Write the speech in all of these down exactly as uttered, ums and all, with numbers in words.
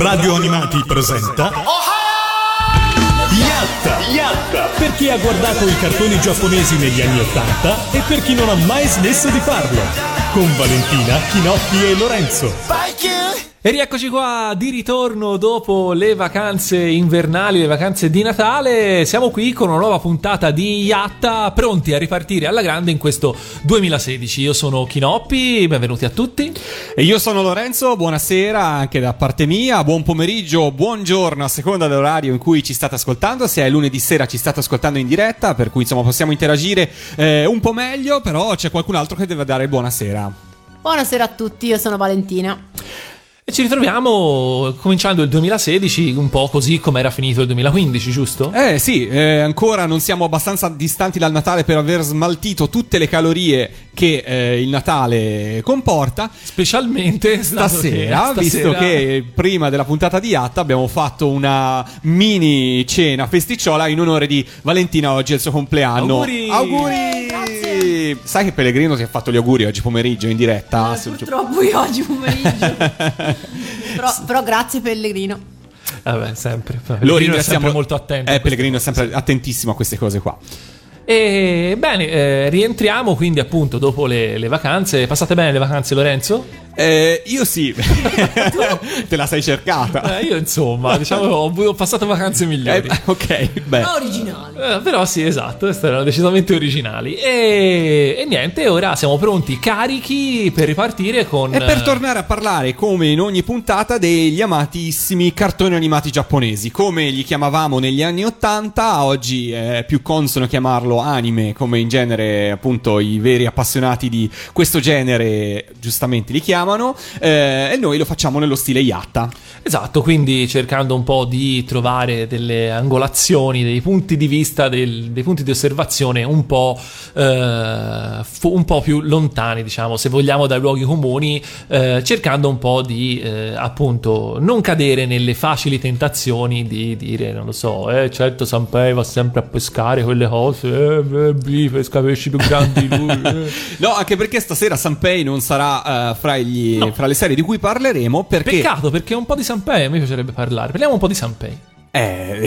Radio Animati presenta Yatta! Yatta! Per chi ha guardato i cartoni giapponesi negli anni ottanta e per chi non ha mai smesso di farlo. Con Valentina, Chinoppi e Lorenzo. E rieccoci qua di ritorno dopo le vacanze invernali, le vacanze di Natale. Siamo qui con una nuova puntata di Yatta, pronti a ripartire alla grande in questo duemilasedici. Io sono Chinoppi, benvenuti a tutti. E io sono Lorenzo, buonasera anche da parte mia, buon pomeriggio, buongiorno a seconda dell'orario in cui ci state ascoltando. Se è lunedì sera ci state ascoltando in diretta, per cui insomma possiamo interagire eh, un po' meglio, però c'è qualcun altro che deve dare buonasera. Buonasera a tutti, io sono Valentina. E ci ritroviamo cominciando il duemilasedici un po' così come era finito il duemilaquindici, giusto? Eh sì, eh, ancora non siamo abbastanza distanti dal Natale per aver smaltito tutte le calorie che eh, il Natale comporta. Specialmente stasera, stasera, visto che prima della puntata di Yatta abbiamo fatto una mini cena festicciola in onore di Valentina, oggi è il suo compleanno. Auguri! Auguri! Eh, Sai che Pellegrino ti ha fatto gli auguri oggi pomeriggio in diretta? Eh, purtroppo io oggi pomeriggio. però, però grazie Pellegrino. Vabbè, sempre. Lo Pellegrino ringraziamo, è sempre molto attento. Eh, Pellegrino è sempre attentissimo a queste cose qua. E bene, eh, rientriamo quindi appunto dopo le, le vacanze. Passate bene le vacanze, Lorenzo? Eh, io sì. Te la sei cercata. Eh, io insomma, diciamo ho, ho passato vacanze migliori. Eh, ok, beh. Ma originali. Eh, però sì, esatto, queste erano decisamente originali. E, e niente, ora siamo pronti, carichi per ripartire con... E per tornare a parlare, come in ogni puntata, degli amatissimi cartoni animati giapponesi. Come li chiamavamo negli anni ottanta, oggi è più consono chiamarlo anime, come in genere appunto i veri appassionati di questo genere giustamente li chiamano. Eh, e noi lo facciamo nello stile Yatta. Esatto, quindi cercando un po' di trovare delle angolazioni, dei punti di vista, del, dei punti di osservazione un po', eh, fu, un po' più lontani, diciamo, se vogliamo, dai luoghi comuni, eh, cercando un po' di eh, appunto non cadere nelle facili tentazioni di dire, non lo so, eh, certo Sanpei va sempre a pescare quelle cose, eh, eh, pesca pesci più grandi lui. Eh. No, anche perché stasera Sanpei non sarà uh, fra, gli, no. fra le serie di cui parleremo, perché... Peccato, perché un po' di Sanpei a me piacerebbe parlare. Parliamo un po' di Sanpei. Eh,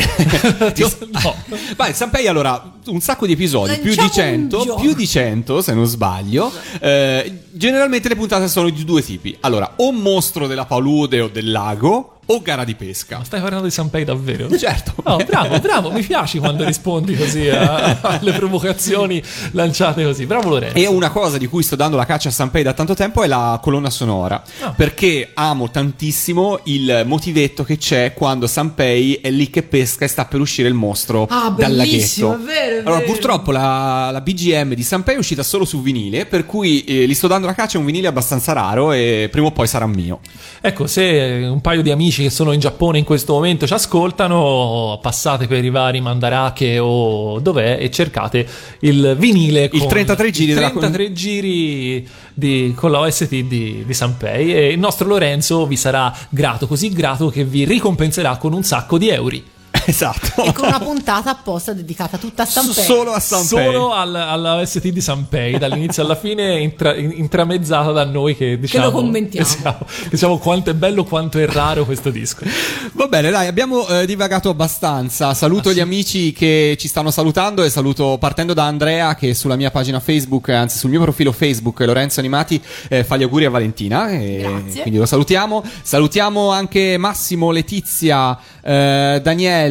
no. Vai, Sanpei, allora, un sacco di episodi, più di cento, più di cento se non sbaglio. Eh, generalmente le puntate sono di due tipi. Allora, o mostro della palude o del lago, o gara di pesca. Ma stai parlando di Sanpei davvero? Certo. Oh, bravo, bravo, mi piaci quando rispondi così a- alle provocazioni lanciate così. Bravo Lorenzo. E una cosa di cui sto dando la caccia a Sanpei da tanto tempo è la colonna sonora. Ah. Perché amo tantissimo il motivetto che c'è quando Sanpei è lì che pesca e sta per uscire il mostro Ah, dal bellissimo, laghetto. è vero, è Allora, vero. purtroppo la, la B G M di Sanpei è uscita solo su vinile, per cui eh, gli sto dando la caccia a un vinile abbastanza raro e prima o poi sarà mio. Ecco, se un paio di amici che sono in Giappone in questo momento ci ascoltano, passate per i vari Mandarake o dov'è e cercate il vinile con Il trentatré giri il della- trentatré giri di, con la O S T di, di Sanpei, e il nostro Lorenzo vi sarà grato, così grato che vi ricompenserà con un sacco di euro. Esatto. E con una puntata apposta dedicata tutta a Sanpei. Solo a Sanpei. Solo al, alla O S T di Sanpei, dall'inizio alla fine, intra, intramezzata da noi che diciamo, lo commentiamo. Diciamo, diciamo quanto è bello, quanto è raro questo disco. Va bene, dai, abbiamo eh, divagato abbastanza. Saluto Ah, gli sì? amici che ci stanno salutando e saluto partendo da Andrea, che sulla mia pagina Facebook, anzi sul mio profilo Facebook Lorenzo Animati, eh, fa gli auguri a Valentina, e Grazie. quindi lo salutiamo. Salutiamo anche Massimo, Letizia, eh, Daniele,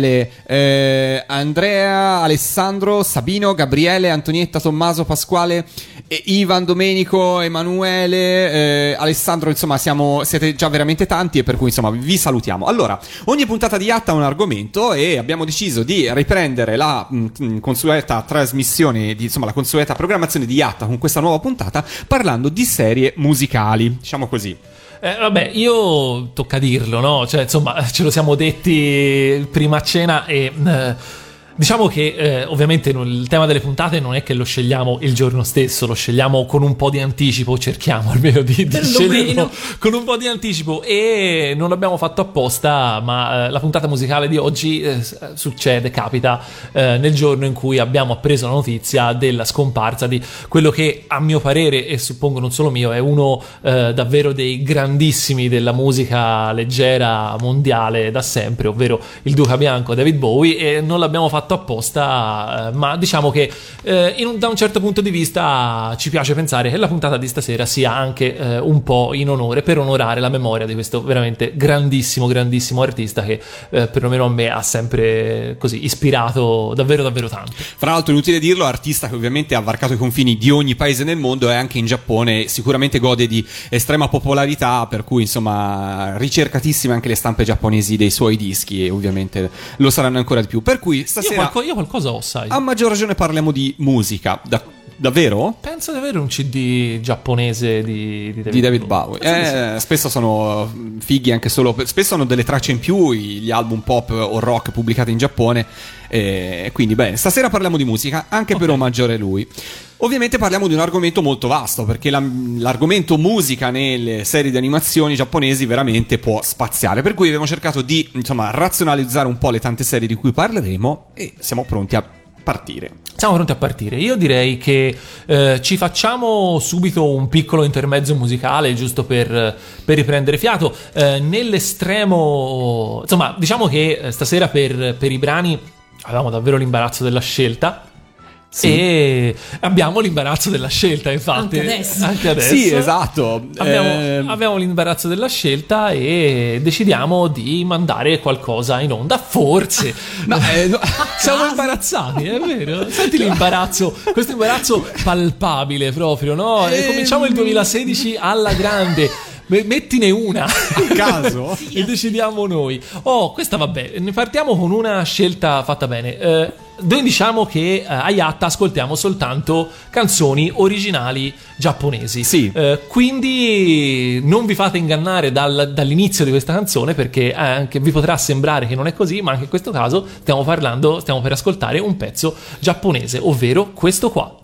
eh, Andrea, Alessandro, Sabino, Gabriele, Antonietta, Tommaso, Pasquale, eh, Ivan, Domenico, Emanuele, eh, Alessandro. Insomma, siamo, siete già veramente tanti, e per cui insomma vi salutiamo. Allora, ogni puntata di Yatta ha un argomento e abbiamo deciso di riprendere la mh, consueta trasmissione, di, insomma la consueta programmazione di Yatta con questa nuova puntata, parlando di serie musicali, diciamo così. Eh, vabbè, io tocca dirlo, no? Cioè, insomma, ce lo siamo detti prima a cena e... Eh, Diciamo che eh, ovviamente non- il tema delle puntate non è che lo scegliamo il giorno stesso, lo scegliamo con un po' di anticipo, cerchiamo almeno di, di Perlomeno. sceglierlo con un po' di anticipo, e non l'abbiamo fatto apposta, ma eh, la puntata musicale di oggi eh, s- succede, capita eh, nel giorno in cui abbiamo appreso la notizia della scomparsa di quello che a mio parere, e suppongo non solo mio, è uno eh, davvero dei grandissimi della musica leggera mondiale da sempre, ovvero il Duca Bianco, David Bowie, e non l'abbiamo fatto apposta, eh, ma diciamo che eh, in un- da un certo punto di vista ci piace pensare che la puntata di stasera sia anche eh, un po' in onore, per onorare la memoria di questo veramente grandissimo, grandissimo artista che eh, perlomeno a me ha sempre così ispirato davvero, davvero tanto. Fra l'altro, inutile dirlo, artista che ovviamente ha varcato i confini di ogni paese nel mondo e anche in Giappone sicuramente gode di estrema popolarità, per cui insomma ricercatissime anche le stampe giapponesi dei suoi dischi, e ovviamente lo saranno ancora di più. Per cui Io, stasera qualco- io qualcosa ho, sai. a maggior ragione parliamo di musica. Da- davvero? Penso di avere un C D giapponese di, di David, Di David Bowie. Penso di sì. Eh, spesso sono mm, fighi anche solo per- spesso hanno delle tracce in più i- gli album pop o rock pubblicati in Giappone, e quindi bene, stasera parliamo di musica anche per omaggiare lui. Ovviamente parliamo di un argomento molto vasto, perché la- l'argomento musica nelle serie di animazioni giapponesi veramente può spaziare, per cui abbiamo cercato di insomma razionalizzare un po' le tante serie di cui parleremo e siamo pronti a partire. Siamo pronti a partire. Io direi che eh, ci facciamo subito un piccolo intermezzo musicale, giusto per, per riprendere fiato. Eh, nell'estremo, insomma, diciamo che eh, stasera per, per i brani avevamo davvero l'imbarazzo della scelta. Sì. E abbiamo l'imbarazzo della scelta, infatti. Anche adesso. Anche adesso. Sì, esatto. Abbiamo, Ehm, abbiamo l'imbarazzo della scelta e decidiamo di mandare qualcosa in onda, forse. no, eh, no. Siamo imbarazzati, è vero? Senti l'imbarazzo, questo imbarazzo palpabile proprio, no? E cominciamo il duemilasedici alla grande. Me- Mettine una A caso? e decidiamo noi. Oh, questa vabbè, ne partiamo con una scelta fatta bene. Eh, noi diciamo che eh, a Yatta ascoltiamo soltanto canzoni originali giapponesi. Sì. Eh, quindi non vi fate ingannare dal- dall'inizio di questa canzone, perché eh, anche vi potrà sembrare che non è così, ma anche in questo caso stiamo parlando, stiamo per ascoltare un pezzo giapponese, ovvero questo qua.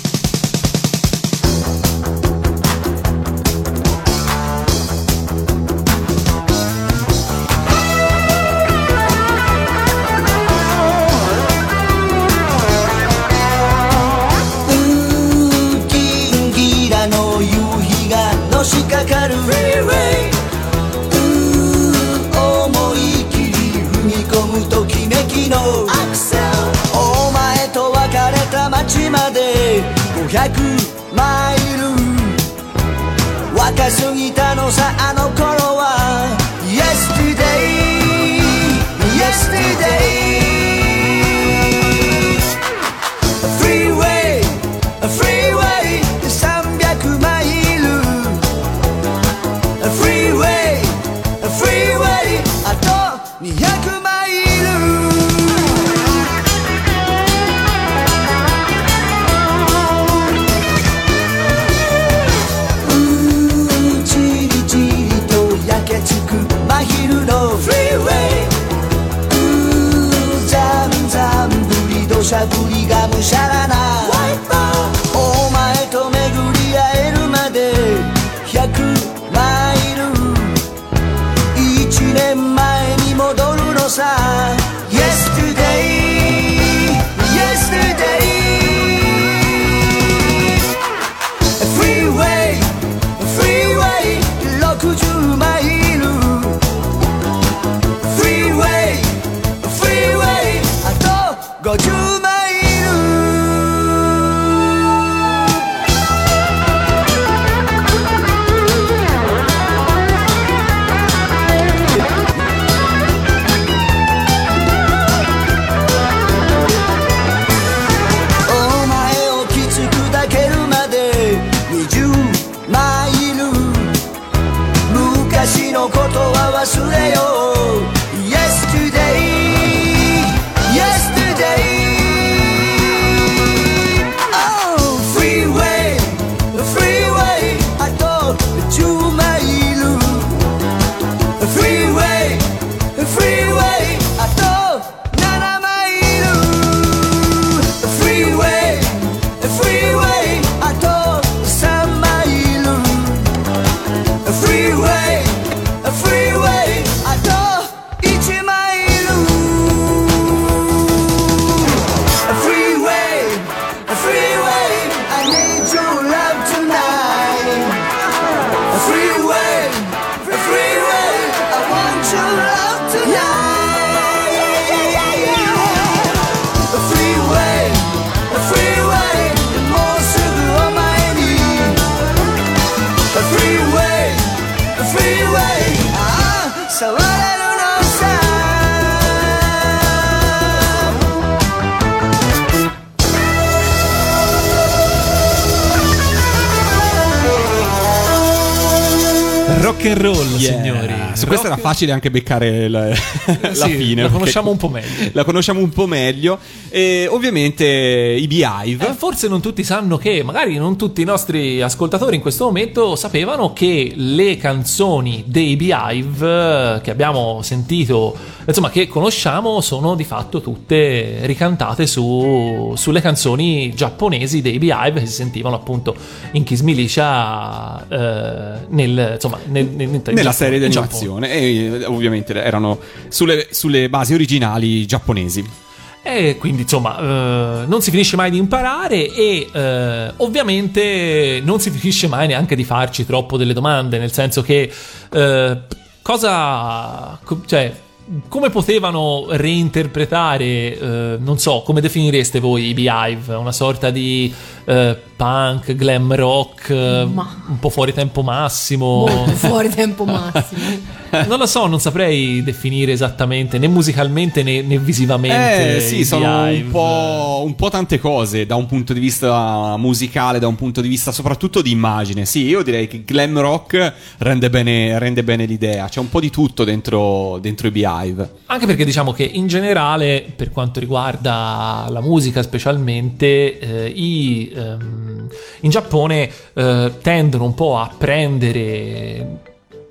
ひゃくマイル若すぎたのさあの頃は Yesterday Yesterday Freeway Freeway さんびゃくマイル Freeway Freeway あとにひゃくマイル真昼のフリーウェイザンザンぶり土砂降りがむしゃらなお前と巡り会えるまでひゃくマイル一年前に戻るのさ Yesterday Yesterday Freeway Freeway ろくじゅうマイルごじゅうマイル Rock and roll, Yeah. signori. Su questa era facile anche beccare la, la Sì, fine. la perché conosciamo un po' meglio. La conosciamo un po' meglio. E ovviamente i Beehive. Eh, forse non tutti sanno che, magari non tutti i nostri ascoltatori in questo momento sapevano che le canzoni dei Beehive eh, che abbiamo sentito, insomma che conosciamo, sono di fatto tutte ricantate su, sulle canzoni giapponesi dei Beehive che si sentivano appunto in Kiss Militia eh, nel, insomma, nel, nel, nel, Nella serie di in animazione. E ovviamente erano sulle, sulle basi originali giapponesi. E quindi insomma eh, non si finisce mai di imparare e eh, ovviamente non si finisce mai neanche di farci troppo delle domande, nel senso che eh, cosa, co- cioè come potevano reinterpretare, eh, non so, come definireste voi i Beehive? Una sorta di eh, punk, glam rock, eh, Ma- un po' fuori tempo massimo. Molto fuori tempo massimo. Non lo so, non saprei definire esattamente né musicalmente né, né visivamente. Eh sì, i sono un Beehive. po', un po' tante cose da un punto di vista musicale, da un punto di vista soprattutto di immagine. Sì, io direi che glam rock rende bene, rende bene l'idea. C'è un po' di tutto dentro, dentro i Beehive. Anche perché diciamo che in generale, per quanto riguarda la musica specialmente, eh, i, ehm, in Giappone eh, tendono un po' a prendere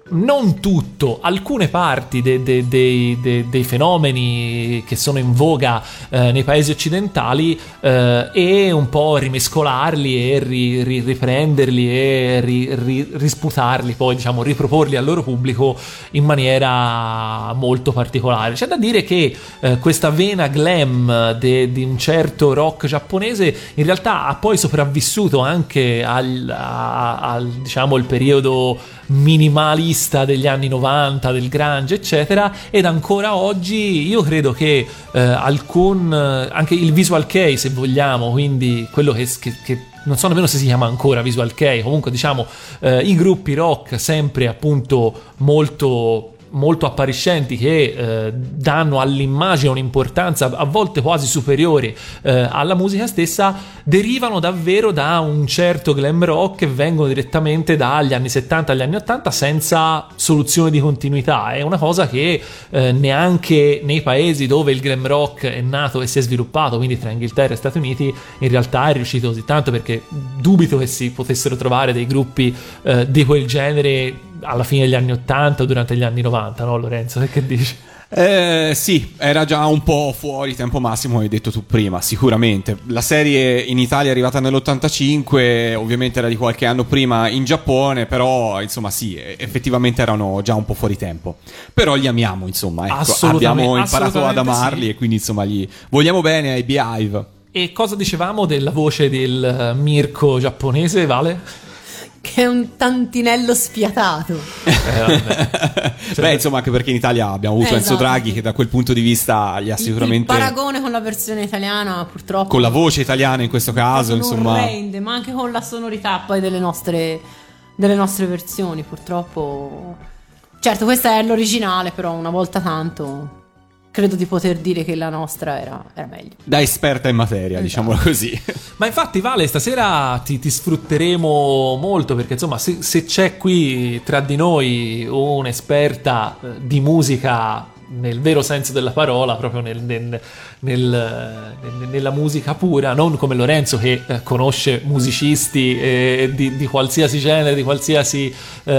non tutto, alcune parti de- de- dei, de- dei fenomeni che sono in voga eh, nei paesi occidentali eh, e un po' rimescolarli e ri- ri- riprenderli e ri- ri- risputarli, poi diciamo riproporli al loro pubblico in maniera molto particolare. C'è da dire che eh, questa vena glam de- di un certo rock giapponese in realtà ha poi sopravvissuto anche al, a- al diciamo il periodo minimalista degli anni novanta, del grunge eccetera, ed ancora oggi io credo che eh, alcun eh, anche il visual kei, se vogliamo, quindi quello che, che, che non so nemmeno se si chiama ancora visual kei, comunque diciamo eh, i gruppi rock sempre appunto molto molto appariscenti che eh, danno all'immagine un'importanza a volte quasi superiore eh, alla musica stessa, derivano davvero da un certo glam rock e vengono direttamente dagli anni settanta agli anni ottanta senza soluzione di continuità. È una cosa che eh, neanche nei paesi dove il glam rock è nato e si è sviluppato, quindi tra Inghilterra e Stati Uniti, in realtà è riuscito così tanto, perché dubito che si potessero trovare dei gruppi eh, di quel genere alla fine degli anni ottanta o durante gli anni novanta, no Lorenzo? Che dici? Eh, sì, era già un po' fuori tempo massimo, come hai detto tu prima, sicuramente. La serie in Italia è arrivata nell'ottantacinque, ovviamente era di qualche anno prima in Giappone, però insomma sì, effettivamente erano già un po' fuori tempo. Però li amiamo, insomma, ecco, Assolutamente, abbiamo imparato ad assolutamente amarli sì. E quindi insomma gli vogliamo bene ai Beehive. E cosa dicevamo della voce del eh, Mirko giapponese, Vale? Che è un tantinello sfiatato. Eh, vabbè. Cioè, Beh, insomma, anche perché in Italia abbiamo avuto Eh, Enzo esatto. Draghi, che da quel punto di vista gli ha Il- sicuramente, Il paragone con la versione italiana, purtroppo. con la voce italiana in questo caso, non insomma. rende, ma anche con la sonorità poi delle nostre, delle nostre versioni, purtroppo. Certo, questa è l'originale, però una volta tanto credo di poter dire che la nostra era, era meglio. Da esperta in materia, Esatto. diciamolo così. Ma infatti Vale, stasera ti, ti sfrutteremo molto, perché insomma se, se c'è qui tra di noi un'esperta eh, di musica nel vero senso della parola, proprio nel, nel, nel, nel- nella musica pura, non come Lorenzo che eh, conosce musicisti eh, di, di qualsiasi genere, di qualsiasi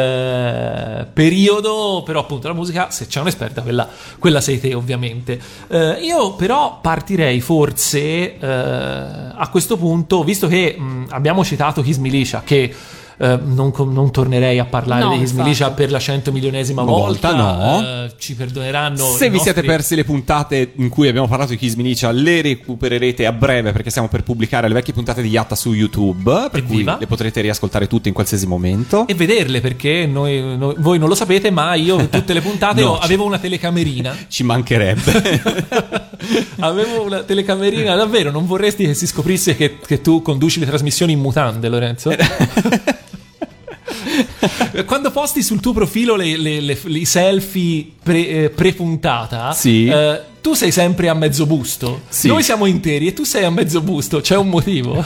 eh, periodo, però appunto la musica, se c'è un'esperta, quella, quella sei te ovviamente. Eh, io però partirei forse eh, a questo punto, visto che mh, abbiamo citato Kiss Militia, che eh, non, non tornerei a parlare No, di Kiss Me infatti. Licia per la centomilionesima Una volta, volta, no. eh, ci perdoneranno Se i vi siete nostri- persi le puntate in cui abbiamo parlato di Kiss Me Licia, le recupererete a breve perché stiamo per pubblicare le vecchie puntate di Yatta su YouTube, per Evviva. cui le potrete riascoltare tutte in qualsiasi momento. e vederle, perché noi, noi- voi non lo sapete, ma io tutte le puntate No, ho- ci- avevo una telecamerina. Ci mancherebbe. Avevo una telecamerina, davvero. Non vorresti che si scoprisse che, che tu conduci le trasmissioni in mutande, Lorenzo? Quando posti sul tuo profilo le, le- le- i selfie pre, eh, pre-puntata, Sì. eh, tu sei sempre a mezzo busto. Sì. Noi siamo interi e tu sei a mezzo busto. C'è un motivo?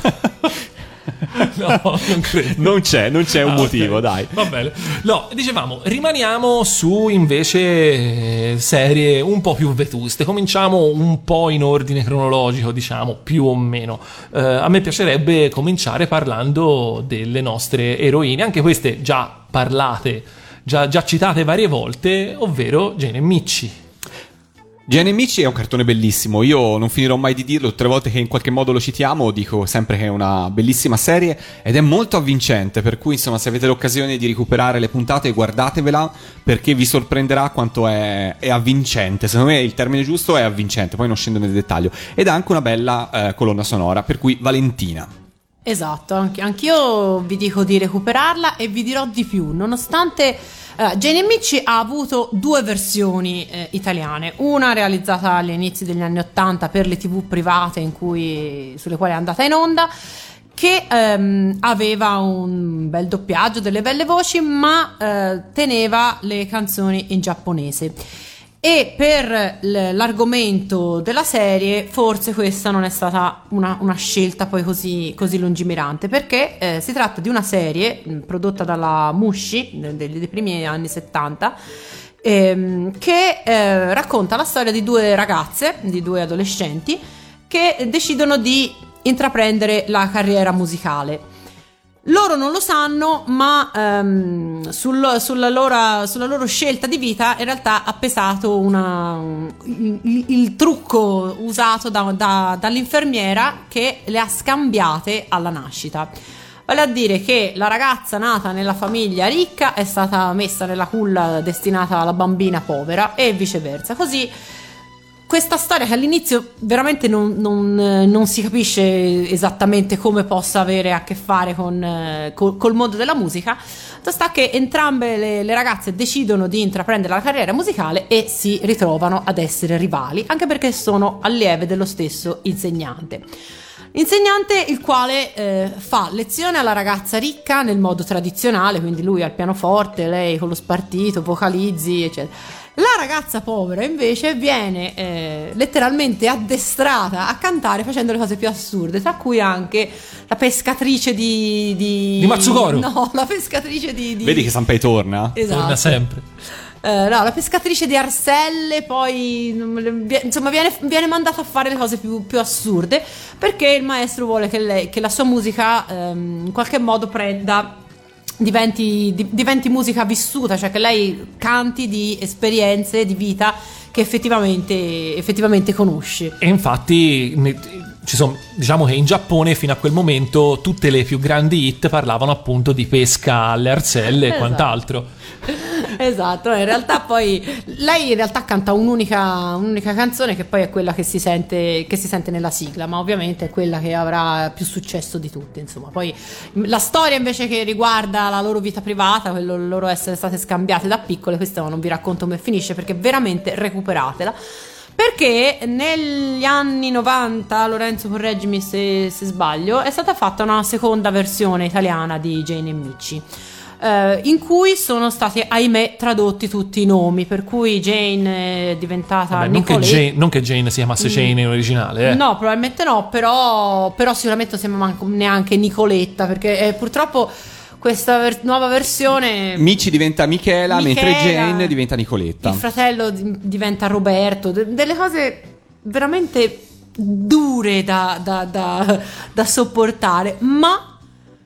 No, non credo. non c'è, non c'è un Ah, motivo, ok. dai. Va bene. No, dicevamo, rimaniamo su invece eh, serie un po' più vetuste. Cominciamo un po' in ordine cronologico, diciamo, più o meno. Eh, a me piacerebbe cominciare parlando delle nostre eroine, anche queste già parlate, già, già citate varie volte, ovvero Jane e Michi. Jane e Michi è un cartone bellissimo, io non finirò mai di dirlo, tutte le volte che in qualche modo lo citiamo dico sempre che è una bellissima serie ed è molto avvincente, per cui insomma se avete l'occasione di recuperare le puntate guardatevela perché vi sorprenderà quanto è, è avvincente, secondo me il termine giusto è avvincente, poi non scendo nel dettaglio, ed ha anche una bella eh, colonna sonora, per cui Valentina. Esatto, anche, anch'io vi dico di recuperarla e vi dirò di più, nonostante uh, Jane e Michi ha avuto due versioni eh, italiane, una realizzata agli inizi degli anni ottanta per le tv private in cui, sulle quali è andata in onda, che ehm, aveva un bel doppiaggio, delle belle voci, ma eh, teneva le canzoni in giapponese. E per l- l'argomento della serie forse questa non è stata una, una scelta poi così, così lungimirante, perché eh, si tratta di una serie mh, prodotta dalla Mushi de- dei, dei primi anni settanta, ehm, che eh, racconta la storia di due ragazze, di due adolescenti che decidono di intraprendere la carriera musicale. Loro non lo sanno, ma ehm, sul- sulla, loro, sulla loro scelta di vita in realtà ha pesato una, il, il- il trucco usato da- da- dall'infermiera che le ha scambiate alla nascita. Vale a dire che la ragazza nata nella famiglia ricca è stata messa nella culla destinata alla bambina povera e viceversa. Così questa storia, che all'inizio veramente non, non, non si capisce esattamente come possa avere a che fare con, eh, col, col mondo della musica, sta che entrambe le, le ragazze decidono di intraprendere la carriera musicale e si ritrovano ad essere rivali, anche perché sono allieve dello stesso insegnante. Insegnante il quale eh, fa lezione alla ragazza ricca nel modo tradizionale, quindi lui al pianoforte, lei con lo spartito, vocalizzi, eccetera. La ragazza povera invece viene eh, letteralmente addestrata a cantare facendo le cose più assurde, tra cui anche la pescatrice di... Di, Di Matsugoro. No, la pescatrice di... di... Vedi che Sanpei torna? Esatto. Torna sempre. Eh, no, la pescatrice di Arselle, poi insomma viene, viene mandata a fare le cose più, più assurde, perché il maestro vuole che, lei, che la sua musica ehm, in qualche modo prenda... Diventi, di, diventi musica vissuta, cioè che lei canti di esperienze di vita che effettivamente, effettivamente conosci. E infatti ne- ci sono, diciamo che in Giappone fino a quel momento tutte le più grandi hit parlavano appunto di pesca alle arselle e Esatto. quant'altro. Esatto, in realtà poi lei in realtà canta un'unica, un'unica canzone che poi è quella che si sente che si sente nella sigla, ma ovviamente è quella che avrà più successo di tutte, insomma. Poi la storia invece che riguarda la loro vita privata, quello loro essere state scambiate da piccole, questo non vi racconto come finisce perché veramente recuperatela. Perché negli anni novanta, Lorenzo correggimi se, se sbaglio, è stata fatta una seconda versione italiana di Jane e Michi, eh, in cui sono stati, ahimè, tradotti tutti i nomi, per cui Jane è diventata Vabbè, non, che Nicolette. Jane, non che Jane si chiamasse Jane in originale, eh. No, probabilmente no, però, però sicuramente non si chiama manco- neanche Nicoletta, perché eh, purtroppo questa ver- nuova versione... Michi diventa Michela, mentre Michela, Jane diventa Nicoletta. il fratello di- diventa Roberto, de- delle cose veramente dure da, da- da- da sopportare, ma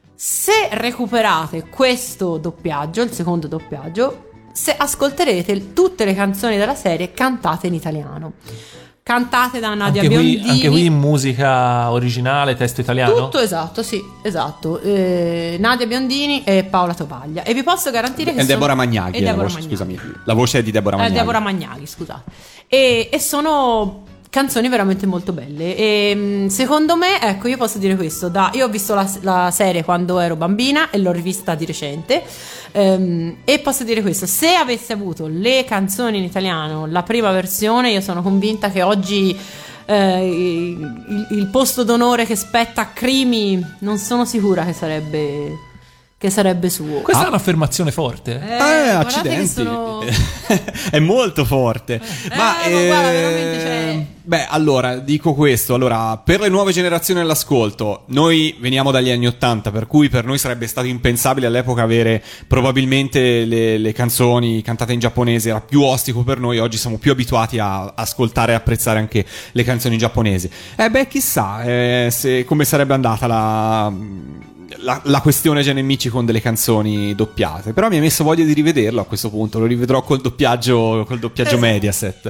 se recuperate questo doppiaggio, il secondo doppiaggio, se ascolterete tutte le canzoni della serie cantate in italiano. cantate da Nadia anche qui, Biondini. anche qui musica originale, testo italiano? Tutto esatto, sì, esatto. Eh, Nadia Biondini e Paola Tovaglia. E vi posso garantire che E sono... Deborah Magnaghi, e è la Deborah voce, Magnaghi. scusami. La voce è di Deborah Eh, Magnaghi. Deborah Magnaghi, scusate. E, e sono canzoni veramente molto belle. E mh, secondo me, ecco, io posso dire questo: da, io ho visto la, la serie quando ero bambina e l'ho rivista di recente. Ehm, e posso dire questo: se avessi avuto le canzoni in italiano, la prima versione, io sono convinta che oggi eh, il, il posto d'onore che spetta a Crimi non sono sicura che sarebbe che sarebbe suo. Questa Ah. è un'affermazione forte. Eh, Eh, guardate accidenti. che sono... È molto forte. ma Eh, ma guarda, veramente, cioè- beh, allora dico questo. Allora, per le nuove generazioni all'ascolto, noi veniamo dagli anni ottanta, per cui per noi sarebbe stato impensabile all'epoca avere probabilmente le, le canzoni cantate in giapponese. Era più ostico per noi. Oggi siamo più abituati a ascoltare e apprezzare anche le canzoni giapponesi. Eh beh, chissà eh, se, come sarebbe andata la La, la questione Gen Amici con delle canzoni doppiate. Però mi ha messo voglia di rivederlo a questo punto. Lo rivedrò col doppiaggio col doppiaggio Esatto. Mediaset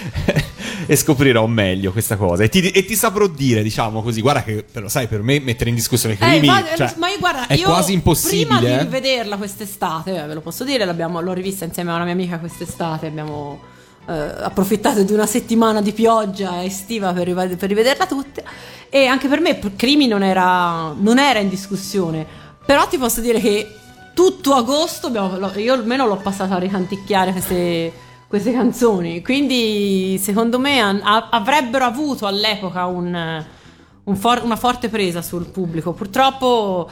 e scoprirò meglio questa cosa e ti, e ti saprò dire, diciamo così, guarda che però sai, per me mettere in discussione Eh, Crimi ma, cioè, ma io guarda, è io quasi impossibile. prima di eh. rivederla quest'estate, eh, ve lo posso dire, l'abbiamo, l'ho rivista insieme a una mia amica quest'estate, abbiamo eh, approfittato di una settimana di pioggia estiva per, riva- per rivederla tutta, e anche per me Crimi non era, non era in discussione, però ti posso dire che tutto agosto abbiamo, lo- io almeno l'ho passata a ricanticchiare queste, queste canzoni, quindi secondo me an- a- avrebbero avuto all'epoca un, un for- una forte presa sul pubblico. Purtroppo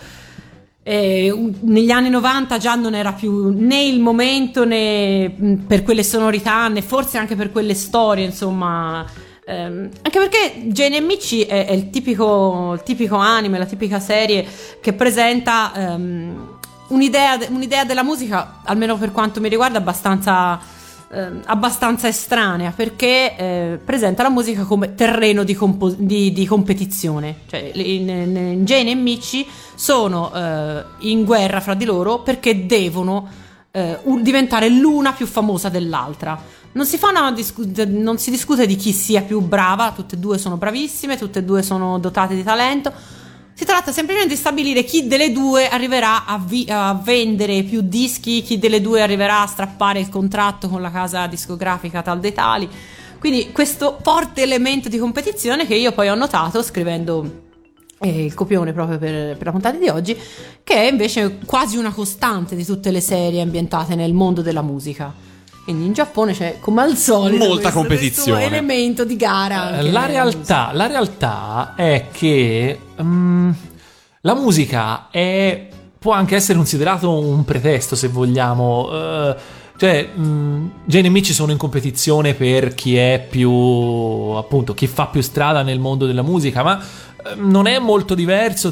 eh, un- negli anni novanta già non era più né il momento, né mh, per quelle sonorità, né forse anche per quelle storie, insomma. Ehm, anche perché Jane e Michi è, è il tipico, il tipico anime, la tipica serie che presenta ehm, un'idea, de- un'idea della musica, almeno per quanto mi riguarda, abbastanza, ehm, abbastanza estranea, perché eh, presenta la musica come terreno di, compo- di, di competizione. Cioè, in, in Jane e Michi sono eh, in guerra fra di loro perché devono eh, un- diventare l'una più famosa dell'altra. Non si fa una discu- non si discute di chi sia più brava, tutte e due sono bravissime, tutte e due sono dotate di talento. Si tratta semplicemente di stabilire chi delle due arriverà a, vi- a vendere più dischi, chi delle due arriverà a strappare il contratto con la casa discografica tal dei tali. Quindi questo forte elemento di competizione che io poi ho notato scrivendo eh, il copione proprio per, per la puntata di oggi, che è invece quasi una costante di tutte le serie ambientate nel mondo della musica. Quindi in Giappone c'è, come al solito, Molta questo, competizione. questo elemento di gara anche La nella realtà, la realtà è che mm, la musica è, può anche essere considerato un pretesto, se vogliamo. eh, Cioè, mh, Jane e Michi sono in competizione per chi è più, appunto, chi fa più strada nel mondo della musica, ma eh, non è molto diverso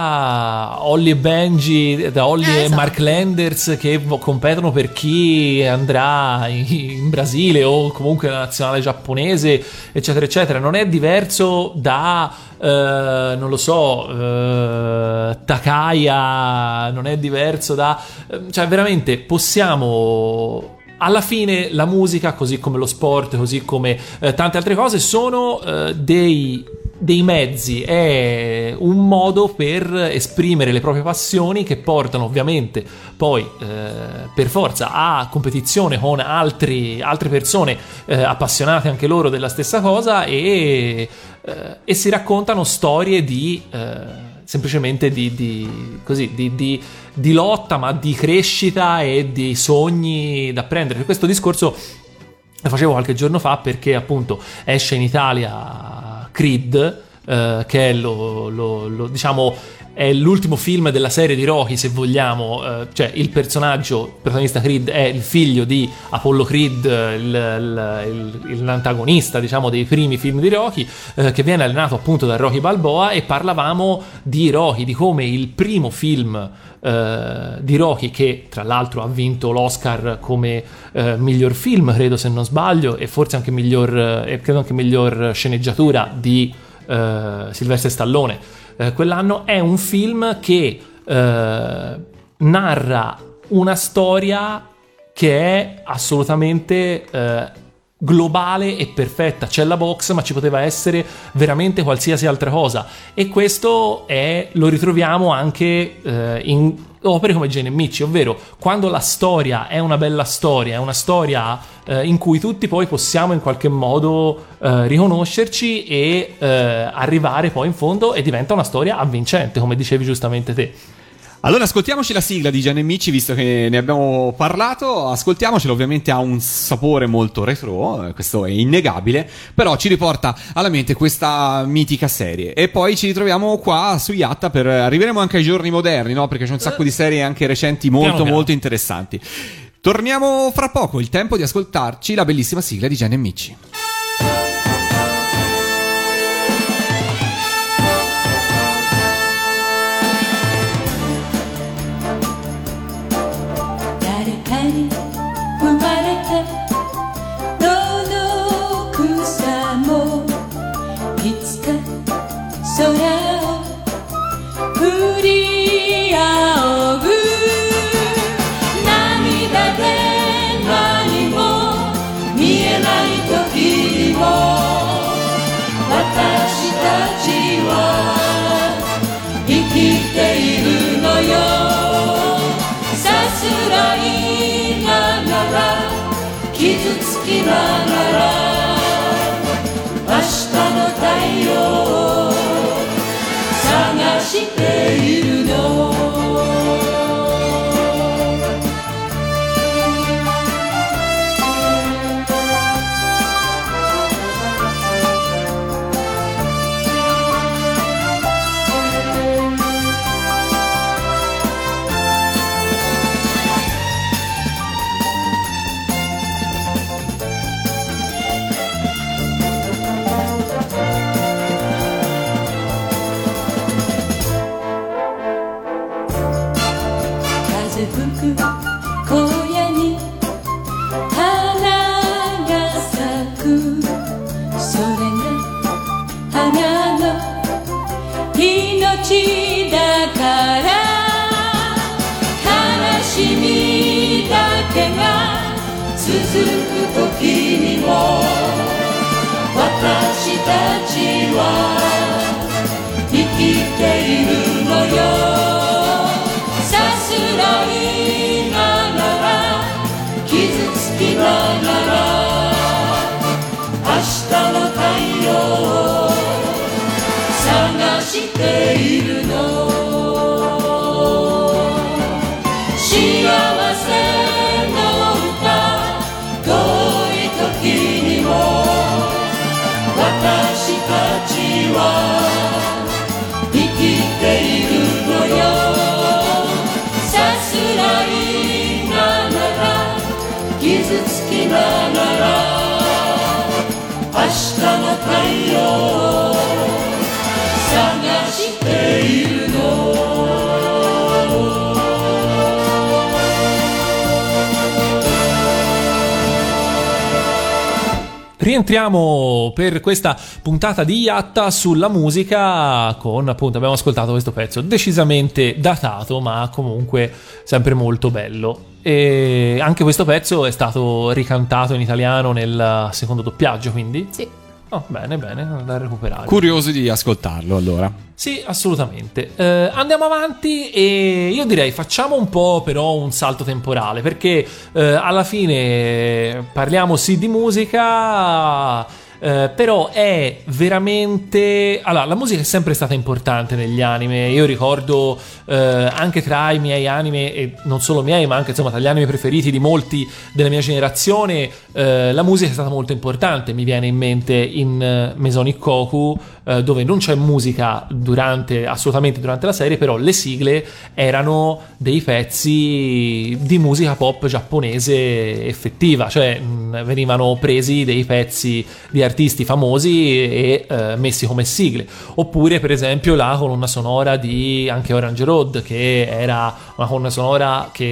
da Holly e Benji, da Holly Eh, e esatto. Mark Landers che vo- competono per chi andrà in, in Brasile o comunque la nazionale giapponese, eccetera, eccetera. Non è diverso da, eh, non lo so, eh, Takaya, non è diverso da... Cioè, veramente possiamo... Alla fine la musica, così come lo sport, così come eh, tante altre cose, sono eh, dei, dei mezzi, è un modo per esprimere le proprie passioni che portano ovviamente poi eh, per forza a competizione con altri, altre persone eh, appassionate anche loro della stessa cosa e, eh, e si raccontano storie di... Eh, semplicemente di, di, così, di, di, di lotta, ma di crescita e di sogni da prendere. Questo discorso lo facevo qualche giorno fa perché appunto esce in Italia Creed, eh, che è lo, lo, lo diciamo è l'ultimo film della serie di Rocky, se vogliamo. Eh, cioè il personaggio il protagonista Creed è il figlio di Apollo Creed, il, il, il, l'antagonista, diciamo, dei primi film di Rocky, eh, che viene allenato appunto da Rocky Balboa, e parlavamo di Rocky, di come il primo film eh, di Rocky, che tra l'altro ha vinto l'Oscar come eh, miglior film, credo, se non sbaglio, e forse anche miglior eh, credo anche miglior sceneggiatura di eh, Sylvester Stallone, eh, quell'anno, è un film che eh, narra una storia che è assolutamente eh, globale e perfetta. C'è la box, ma ci poteva essere veramente qualsiasi altra cosa, e questo è, lo ritroviamo anche eh, in opere come Gen Amici, ovvero quando la storia è una bella storia, è una storia eh, in cui tutti poi possiamo in qualche modo eh, riconoscerci e eh, arrivare poi in fondo, e diventa una storia avvincente, come dicevi giustamente te. Allora ascoltiamoci la sigla di Gen Amici, visto che ne abbiamo parlato, ascoltiamocela. Ovviamente ha un sapore molto retro, eh, questo è innegabile, però ci riporta alla mente questa mitica serie. E poi ci ritroviamo qua su Yatta, per arriveremo anche ai giorni moderni, no? Perché c'è un sacco di serie anche recenti molto Piano piano. molto interessanti. Torniamo fra poco, il tempo di ascoltarci la bellissima sigla di Gen Amici. Rientriamo per questa puntata di Yatta sulla musica con, appunto, abbiamo ascoltato questo pezzo decisamente datato, ma comunque sempre molto bello. E anche questo pezzo è stato ricantato in italiano nel secondo doppiaggio, quindi? Sì. Oh, bene, bene, da recuperare. Curiosi di ascoltarlo, allora. Sì, assolutamente. Eh, andiamo avanti e io direi facciamo un po' però un salto temporale, perché eh, alla fine parliamo sì di musica, eh, però è veramente... Allora, la musica è sempre stata importante negli anime. Io ricordo eh, anche tra i miei anime, e non solo miei, ma anche insomma tra gli anime preferiti di molti della mia generazione, eh, la musica è stata molto importante. Mi viene in mente in uh, Mesonic Koku, eh, dove non c'è musica durante, assolutamente durante la serie, però le sigle erano dei pezzi di musica pop giapponese effettiva, cioè mh, venivano presi dei pezzi di artisti famosi e eh, messi come sigle. Oppure per esempio la colonna sonora di anche Orange Road, che era una colonna sonora che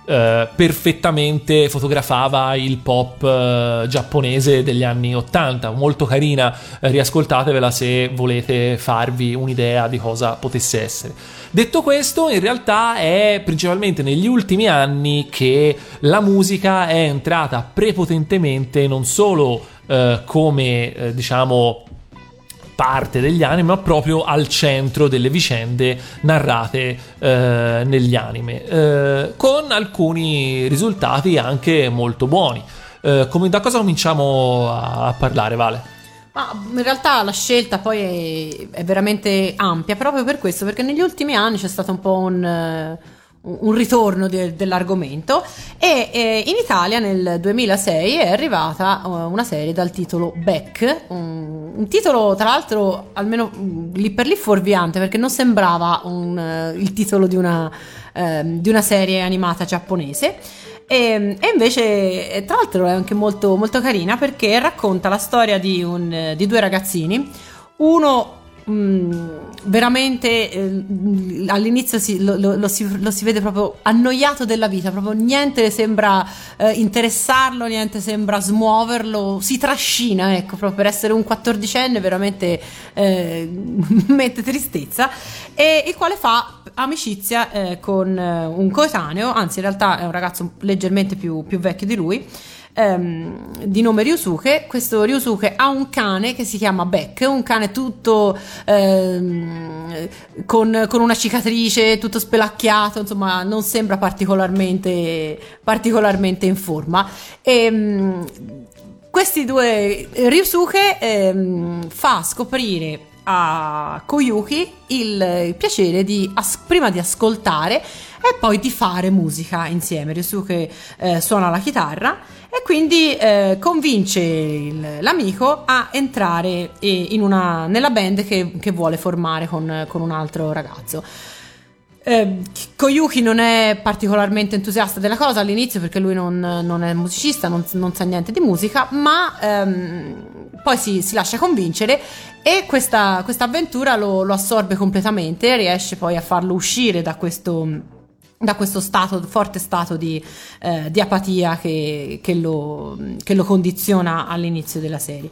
eh, perfettamente fotografava il pop eh, giapponese degli anni ottanta, molto carina, eh, riascoltatevela se volete farvi un'idea di cosa potesse essere. Detto questo, in realtà è principalmente negli ultimi anni che la musica è entrata prepotentemente non solo eh, come eh, diciamo parte degli anime, ma proprio al centro delle vicende narrate eh, negli anime, eh, con alcuni risultati anche molto buoni. Eh, come, da cosa cominciamo a, a parlare, Vale? Ma in realtà la scelta poi è, è veramente ampia, proprio per questo, perché negli ultimi anni c'è stato un po' un... un ritorno de- dell'argomento e eh, in Italia nel duemilasei è arrivata uh, una serie dal titolo Beck, un, un titolo tra l'altro almeno uh, lì per lì fuorviante, perché non sembrava un, uh, il titolo di una, uh, di una serie animata giapponese. E, e invece tra l'altro è anche molto, molto carina, perché racconta la storia di, un, di due ragazzini, uno Mm, veramente eh, all'inizio si, lo, lo, lo, si, lo si vede proprio annoiato della vita, proprio niente sembra eh, interessarlo, niente sembra smuoverlo, si trascina, ecco, proprio per essere un quattordicenne veramente eh, mette tristezza, e il quale fa amicizia eh, con eh, un coetaneo, anzi in realtà è un ragazzo leggermente più, più vecchio di lui, ehm, di nome Ryusuke. Questo Ryusuke ha un cane che si chiama Beck, un cane tutto ehm, con, con una cicatrice, tutto spelacchiato, insomma non sembra particolarmente, particolarmente in forma. E, questi due Ryusuke ehm, fa scoprire a Koyuki il, il piacere di as- prima di ascoltare e poi di fare musica insieme. Ryusuke eh, suona la chitarra e quindi eh, convince il, l'amico a entrare eh, in una, nella band che, che vuole formare con, con un altro ragazzo. Eh, Koyuki non è particolarmente entusiasta della cosa all'inizio, perché lui non, non è musicista, non, non sa niente di musica, ma ehm, poi si, si lascia convincere e questa, questa avventura lo, lo assorbe completamente e riesce poi a farlo uscire da questo, da questo stato, forte stato di, eh, di apatia che, che, lo, che lo condiziona all'inizio della serie.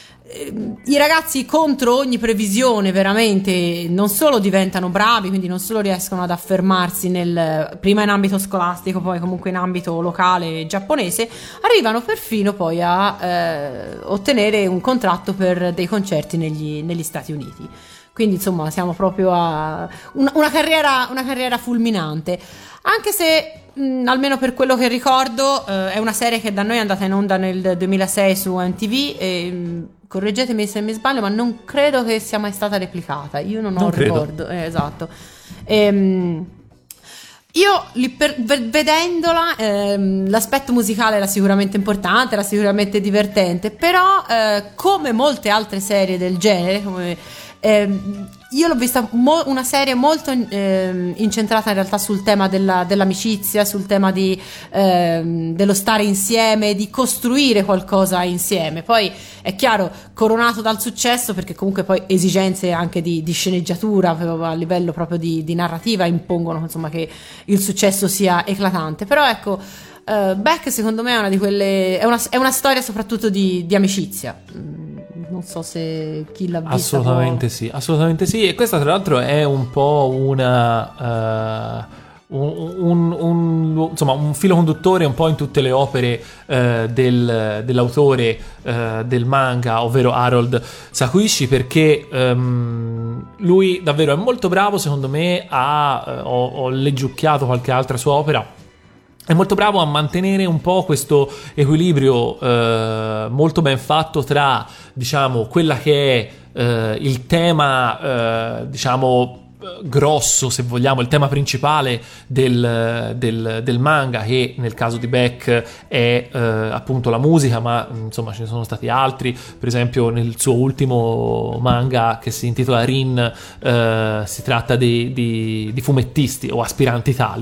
I ragazzi, contro ogni previsione, veramente non solo diventano bravi, quindi non solo riescono ad affermarsi nel, prima in ambito scolastico, poi comunque in ambito locale giapponese, arrivano perfino poi a eh, ottenere un contratto per dei concerti negli, negli Stati Uniti. Quindi insomma siamo proprio a una, una carriera una carriera fulminante, anche se mh, almeno per quello che ricordo eh, è una serie che da noi è andata in onda nel duemilasei su M T V e mh, correggetemi se mi sbaglio, ma non credo che sia mai stata replicata. Io non ho non ricordo. Eh, esatto. Ehm, io li per, vedendola, ehm, l'aspetto musicale era sicuramente importante, era sicuramente divertente, però eh, come molte altre serie del genere, come ehm, io l'ho vista mo- una serie molto eh, incentrata in realtà sul tema della, dell'amicizia, sul tema di, ehm, dello stare insieme, di costruire qualcosa insieme. Poi è chiaro, coronato dal successo, perché comunque poi esigenze anche di, di sceneggiatura a livello proprio di, di narrativa impongono insomma che il successo sia eclatante. Però ecco, uh, Beck secondo me è una di quelle, è una, è una storia soprattutto di, di amicizia. Non so se chi l'ha vista assolutamente può... sì, assolutamente sì. E questa tra l'altro è un po' una uh, un, un, un, insomma un filo conduttore un po' in tutte le opere uh, del, dell'autore uh, del manga, ovvero Harold Sakuishi, perché um, lui davvero è molto bravo, secondo me. A, uh, ho, ho leggiucchiato qualche altra sua opera. È molto bravo a mantenere un po' questo equilibrio eh, molto ben fatto tra, diciamo, quella che è eh, il tema, eh, diciamo, grosso, se vogliamo, il tema principale del, del, del manga, che nel caso di Beck è eh, appunto la musica, ma insomma ce ne sono stati altri. Per esempio nel suo ultimo manga, che si intitola Rin, eh, si tratta di, di, di fumettisti o aspiranti tali.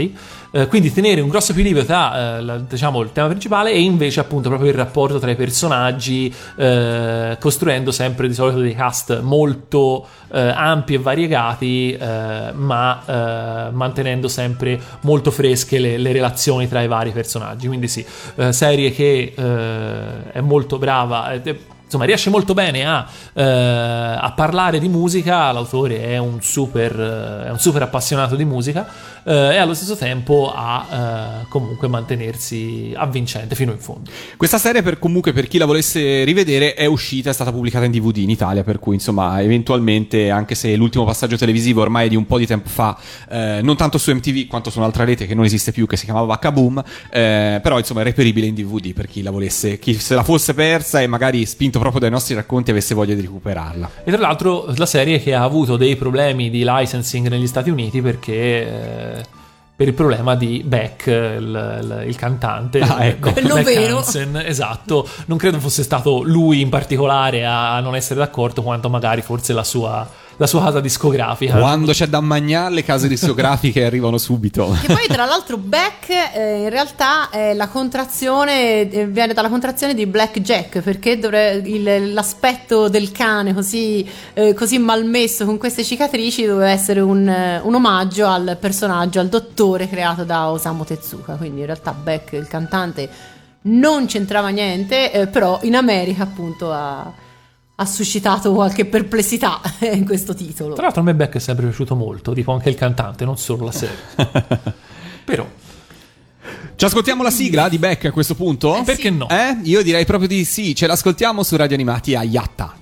Eh, quindi tenere un grosso equilibrio tra eh, la, diciamo, il tema principale e invece appunto proprio il rapporto tra i personaggi, eh, costruendo sempre di solito dei cast molto eh, ampi e variegati, eh, ma eh, mantenendo sempre molto fresche le, le relazioni tra i vari personaggi. Quindi sì, eh, serie che eh, è molto brava, eh, insomma riesce molto bene a, eh, a parlare di musica. L'autore è un super, eh, è un super appassionato di musica, eh, e allo stesso tempo a eh, comunque mantenersi avvincente fino in fondo. Questa serie, per comunque per chi la volesse rivedere, è uscita, è stata pubblicata in D V D in Italia, per cui insomma eventualmente, anche se l'ultimo passaggio televisivo ormai è di un po' di tempo fa, eh, non tanto su M T V quanto su un'altra rete che non esiste più, che si chiamava Vaccaboom, eh, però insomma è reperibile in D V D per chi la volesse, chi se la fosse persa e magari spinto proprio dai nostri racconti avesse voglia di recuperarla. E tra l'altro la serie che ha avuto dei problemi di licensing negli Stati Uniti perché eh, per il problema di Beck, il, il, il cantante, ah, ecco. Beck, Quello Beck vero. Hansen, esatto. Non credo fosse stato lui in particolare a, a non essere d'accordo, quanto magari forse la sua, la sua casa discografica. Quando c'è da mangiare, le case discografiche arrivano subito. Che poi tra l'altro Beck eh, in realtà è la contrazione, eh, viene dalla contrazione di Black Jack, perché dovre- il- l'aspetto del cane così, eh, così malmesso con queste cicatrici doveva essere un, eh, un omaggio al personaggio, al dottore creato da Osamu Tezuka. Quindi in realtà Beck, il cantante, non c'entrava niente, eh, però in America appunto ha, ha suscitato qualche perplessità in questo titolo. Tra l'altro a me Beck è sempre piaciuto molto, tipo anche il cantante, non solo la serie. Però Ci ascoltiamo la sigla di Beck a questo punto? Eh, perché sì. no? Eh? Io direi proprio di sì, ce l'ascoltiamo su Radio Animati a Yatta.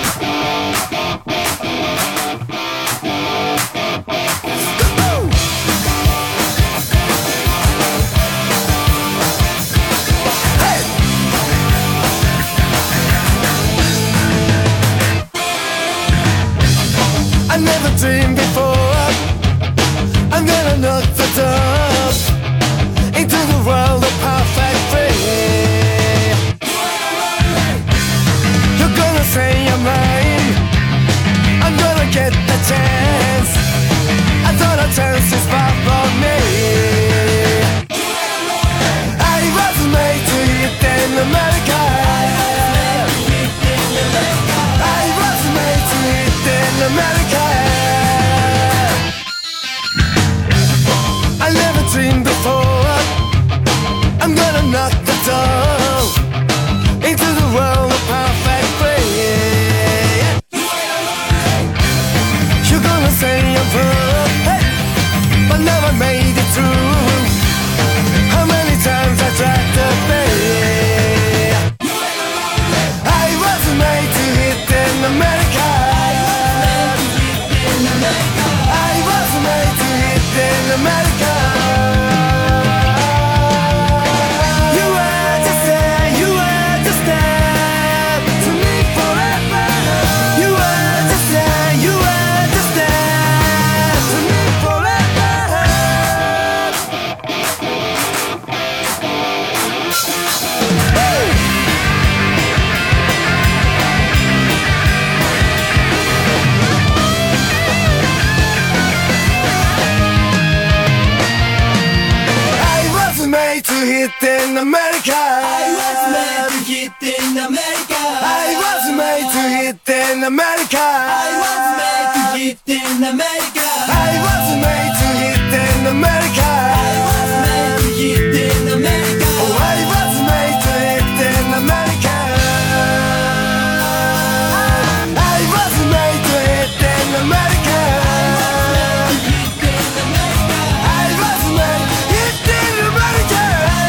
I never dreamed before I'm gonna knock the door into the world of perfect free. You're gonna say I'm mine, I'm gonna get the chance. I thought a chance is far from me. I was made to hit in America. I was made to hit in America. I never dreamed before I'm gonna knock the door into the world of perfect free. You're gonna say I'm perfect, but never made it through. How many times I tried to be. I was made to hit in America. I was made to hit in America. You understand, you understand, to me forever. You understand, you understand, to me forever. I was made to hit in America. I was made to hit in America. I was made to hit in America. I was made to hit in America. I was made to hit in America. I was made to hit in America. Oh, I was made to hit in America. I was made to hit in America. I was made to hit in America.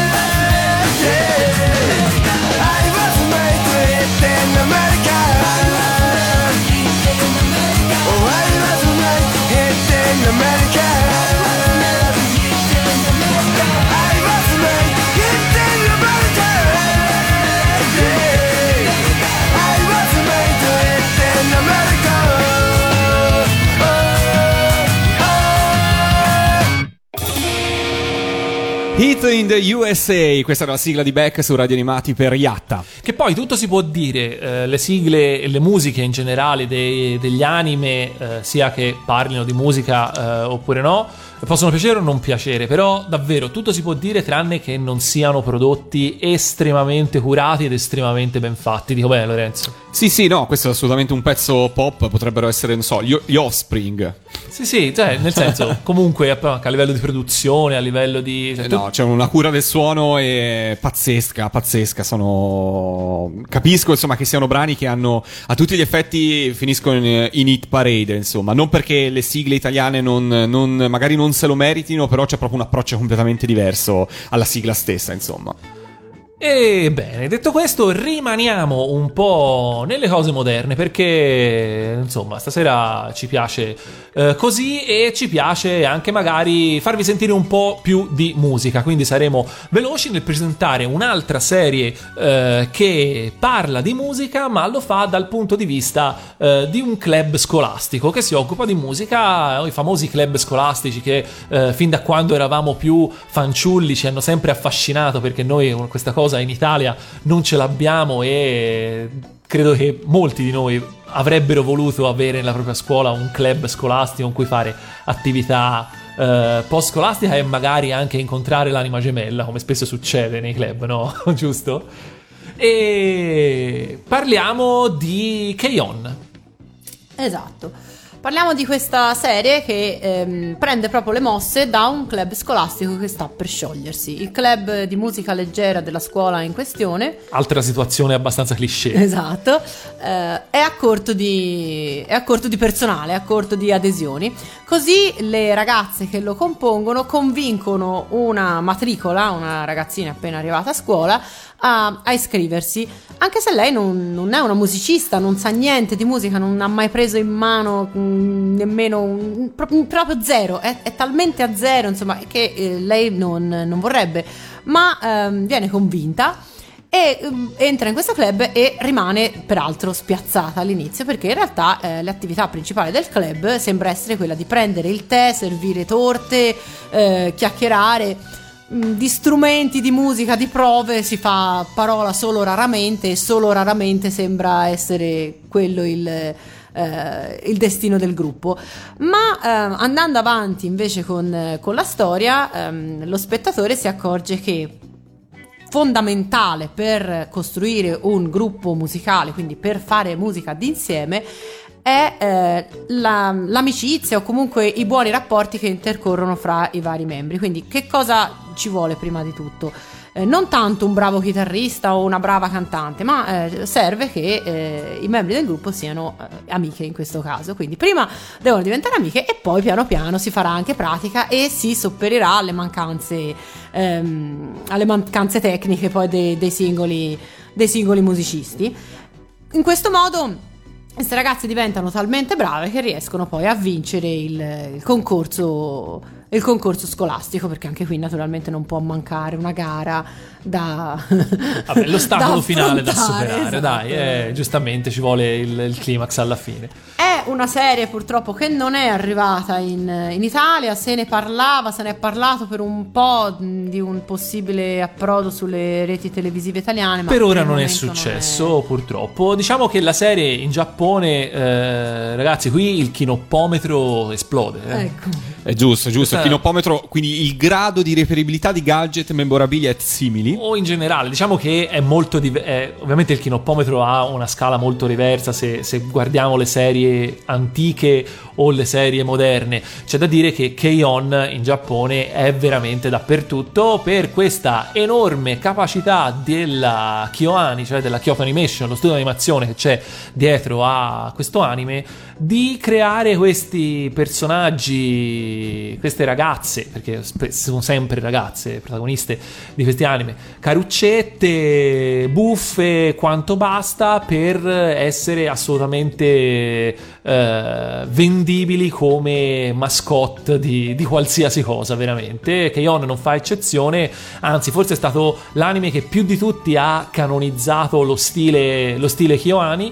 Yeah. I was made to hit in America. Oh, I was made to hit in America. Hit in the U S A, questa era la sigla di Beck su Radio Animati per Yatta. Che poi tutto si può dire, eh, le sigle e le musiche in generale dei, degli anime, eh, sia che parlino di musica eh, oppure no, possono piacere o non piacere, però davvero tutto si può dire tranne che non siano prodotti estremamente curati ed estremamente ben fatti. Dico bene, Lorenzo? Sì, sì, no, questo è assolutamente un pezzo pop, potrebbero essere, non so, gli, gli Offspring. Sì, sì, cioè, nel senso, comunque a livello di produzione, a livello di... Cioè, Eh, no, c'è una cura del suono è pazzesca, pazzesca, sono... Capisco, insomma, che siano brani che hanno, a tutti gli effetti, finiscono in, in hit parade, insomma, non perché le sigle italiane non, non, magari non se lo meritino, però c'è proprio un approccio completamente diverso alla sigla stessa, insomma. E bene, detto questo, rimaniamo un po' nelle cose moderne perché, insomma, stasera ci piace eh, così e ci piace anche magari farvi sentire un po' più di musica, quindi saremo veloci nel presentare un'altra serie eh, che parla di musica ma lo fa dal punto di vista eh, di un club scolastico che si occupa di musica, i famosi club scolastici che eh, fin da quando eravamo più fanciulli ci hanno sempre affascinato, perché noi questa cosa in Italia non ce l'abbiamo e credo che molti di noi avrebbero voluto avere nella propria scuola un club scolastico con cui fare attività eh, post scolastica e magari anche incontrare l'anima gemella, come spesso succede nei club, no? Giusto? E parliamo di K-On! Esatto. Parliamo di questa serie che ehm, prende proprio le mosse da un club scolastico che sta per sciogliersi, il club di musica leggera della scuola in questione. Altra situazione abbastanza cliché. Esatto, eh, è a corto di è a corto di personale, è a corto di adesioni. Così le ragazze che lo compongono convincono una matricola, una ragazzina appena arrivata a scuola, a, a iscriversi, anche se lei non, non è una musicista, non sa niente di musica, non ha mai preso in mano mh, nemmeno un, pro- proprio zero, è, è talmente a zero, insomma, che eh, lei non, non vorrebbe, ma ehm, viene convinta e um, entra in questo club e rimane peraltro spiazzata all'inizio, perché in realtà eh, l'attività principale del club sembra essere quella di prendere il tè, servire torte, eh, chiacchierare. Di strumenti di musica, di prove si fa parola solo raramente, e solo raramente sembra essere quello il, eh, il destino del gruppo. Ma eh, andando avanti invece con, con la storia, ehm, lo spettatore si accorge che fondamentale per costruire un gruppo musicale, quindi per fare musica d'insieme, è eh, la, l'amicizia o comunque i buoni rapporti che intercorrono fra i vari membri. Quindi che cosa ci vuole prima di tutto? Eh, non tanto un bravo chitarrista o una brava cantante, ma eh, serve che eh, i membri del gruppo siano eh, amiche in questo caso. Quindi prima devono diventare amiche e poi piano piano si farà anche pratica e si sopperirà alle mancanze ehm, alle mancanze tecniche poi dei, dei singoli dei singoli musicisti. In questo modo queste ragazze diventano talmente brave che riescono poi a vincere il, il concorso il concorso scolastico, perché anche qui naturalmente non può mancare una gara da Vabbè, l'ostacolo da finale da superare, esatto. Dai, eh, giustamente ci vuole il, il climax alla fine. È una serie purtroppo che non è arrivata in, in Italia, se ne parlava, se ne è parlato per un po' di un possibile approdo sulle reti televisive italiane, ma per ora per non è il momento successo, non è... purtroppo. Diciamo che la serie in Giappone, eh, ragazzi, qui il chinoppometro esplode. Eh. Ecco. È giusto, è giusto. Questa- Il chinoppometro, quindi il grado di reperibilità di gadget, memorabilia e simili. O in generale, diciamo che è molto div- è, ovviamente il chinoppometro ha una scala molto diversa se, se guardiamo le serie antiche o le serie moderne. C'è da dire che K-On! In Giappone è veramente dappertutto per questa enorme capacità della KyoAni, cioè della Kyoto Animation, lo studio di animazione che c'è dietro a questo anime, di creare questi personaggi, queste ragazze, perché sp- sono sempre ragazze protagoniste di questi anime, caruccette, buffe, quanto basta per essere assolutamente eh, vendibili come mascotte di, di qualsiasi cosa, veramente. K-On! Non fa eccezione, anzi forse è stato l'anime che più di tutti ha canonizzato lo stile, lo stile KyoAni.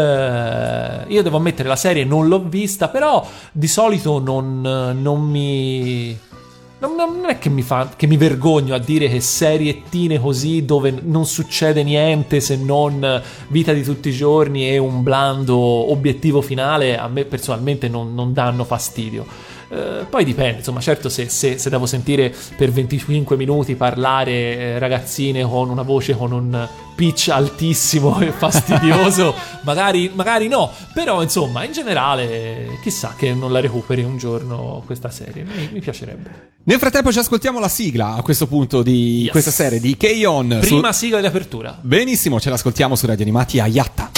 Eh, io devo ammettere, la serie non l'ho vista, però di solito non, non mi non, non è che mi fa che mi vergogno a dire che seriettine così dove non succede niente se non vita di tutti i giorni e un blando obiettivo finale a me personalmente non, non danno fastidio. Uh, poi dipende, insomma, certo se, se, se devo sentire per venticinque minuti parlare eh, ragazzine con una voce con un pitch altissimo e fastidioso magari, magari no, però insomma in generale chissà che non la recuperi un giorno questa serie, mi, mi piacerebbe. Nel frattempo ci ascoltiamo la sigla a questo punto di Yes. questa serie di K-On! Prima su... sigla di apertura. Benissimo, ce l'ascoltiamo su Radio Animati a Yatta.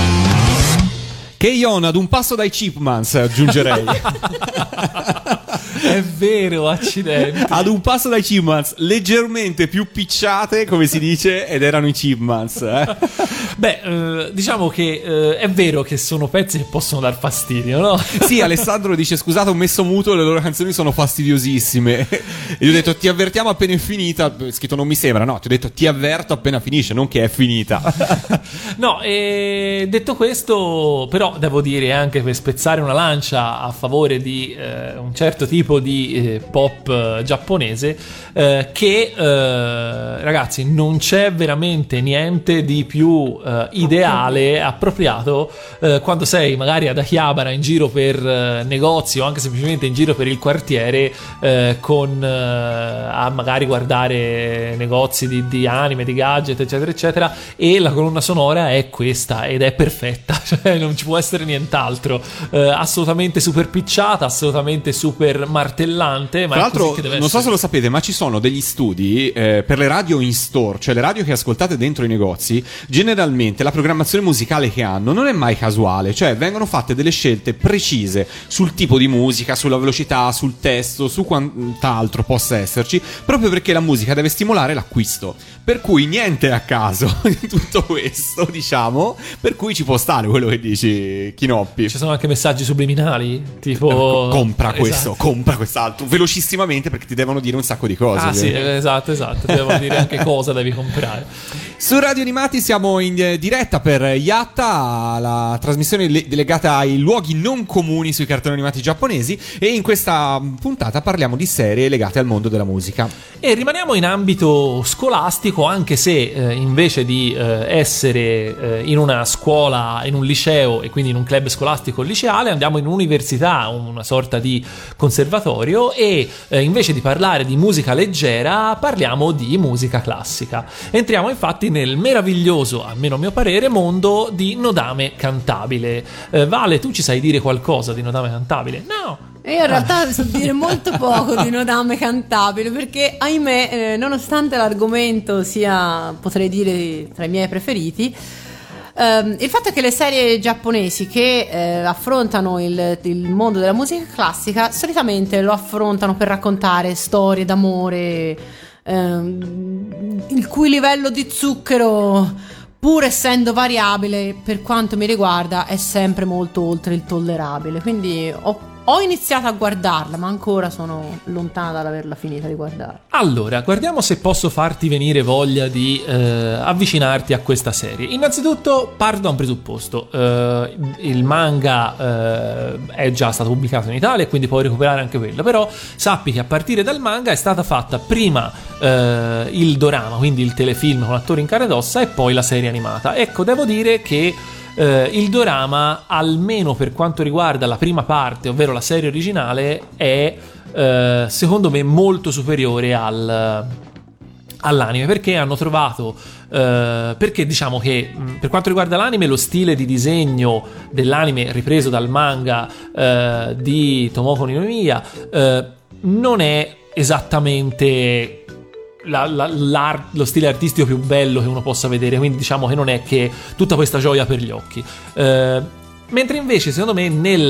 'K-On! Ad un passo dai Chipmans, aggiungerei. È vero, accidenti. Ad un passo dai Chipmunks, leggermente più picciate, come si dice, ed erano i Chipmunks. Eh? Beh, eh, diciamo che eh, è vero che sono pezzi che possono dar fastidio, no? Sì, Alessandro dice: scusate, ho messo muto, le loro canzoni sono fastidiosissime. E io ho detto: ti avvertiamo appena è finita. Scritto non mi sembra, no, ti ho detto ti avverto appena finisce, non che è finita. No, e detto questo, però devo dire, anche per spezzare una lancia a favore di eh, un certo tipo di eh, pop eh, giapponese, eh, che eh, ragazzi, non c'è veramente niente di più eh, ideale, appropriato eh, quando sei magari ad Akihabara in giro per eh, negozi o anche semplicemente in giro per il quartiere eh, con eh, a magari guardare negozi di, di anime, di gadget, eccetera eccetera, e la colonna sonora è questa ed è perfetta, cioè non ci può essere nient'altro. Eh, assolutamente super picciata, assolutamente super martellante, ma Tra è così l'altro, che deve non so essere. se lo sapete, ma ci sono degli studi eh, per le radio in store, cioè le radio che ascoltate dentro i negozi. Generalmente la programmazione musicale che hanno non è mai casuale, cioè vengono fatte delle scelte precise sul tipo di musica, sulla velocità, sul testo, su quant'altro possa esserci, proprio perché la musica deve stimolare l'acquisto. Per cui niente è a caso in tutto questo, diciamo, per cui ci può stare quello che dici, Chinoppi. Ci sono anche messaggi subliminali, tipo Co- compra questo, Esatto. compra quest'altro, velocissimamente, perché ti devono dire un sacco di cose. Ah sì, ovviamente. esatto, esatto, devo dire anche cosa devi comprare. Su Radio Animati siamo in eh, diretta per Yatta, la trasmissione le- legata ai luoghi non comuni sui cartoni animati giapponesi, e in questa puntata parliamo di serie legate al mondo della musica. E rimaniamo in ambito scolastico, anche se eh, invece di eh, essere eh, in una scuola, in un liceo e quindi in un club scolastico liceale, andiamo in un'università, una sorta di conservatorio, e eh, invece di parlare di musica leggera parliamo di musica classica. Entriamo infatti nel meraviglioso, almeno a mio parere, mondo di Nodame cantabile. Eh, Vale, tu ci sai dire qualcosa di Nodame cantabile? No! E io in realtà so dire molto poco di Nodame cantabile, perché ahimè, eh, nonostante l'argomento sia, potrei dire, tra i miei preferiti, ehm, il fatto è che le serie giapponesi che eh, affrontano il, il mondo della musica classica solitamente lo affrontano per raccontare storie d'amore, ehm, il cui livello di zucchero, pur essendo variabile, per quanto mi riguarda è sempre molto oltre il tollerabile. Quindi ho Ho iniziato a guardarla, ma ancora sono lontana dall'averla finita di guardare. Allora, guardiamo se posso farti venire voglia di eh, avvicinarti a questa serie. Innanzitutto parto da un presupposto. Eh, il manga eh, è già stato pubblicato in Italia e quindi puoi recuperare anche quello. Però sappi che a partire dal manga è stata fatta prima eh, il dorama, quindi il telefilm con attori in carne ed ossa, e poi la serie animata. Ecco, devo dire che Uh, il dorama, almeno per quanto riguarda la prima parte, ovvero la serie originale, è uh, secondo me molto superiore al, all'anime, perché hanno trovato uh, perché diciamo che mh, per quanto riguarda l'anime, lo stile di disegno dell'anime ripreso dal manga uh, di Tomoko Ninomiya uh, non è esattamente La, la, lo stile artistico più bello che uno possa vedere, quindi diciamo che non è che tutta questa gioia per gli occhi. Eh, mentre invece secondo me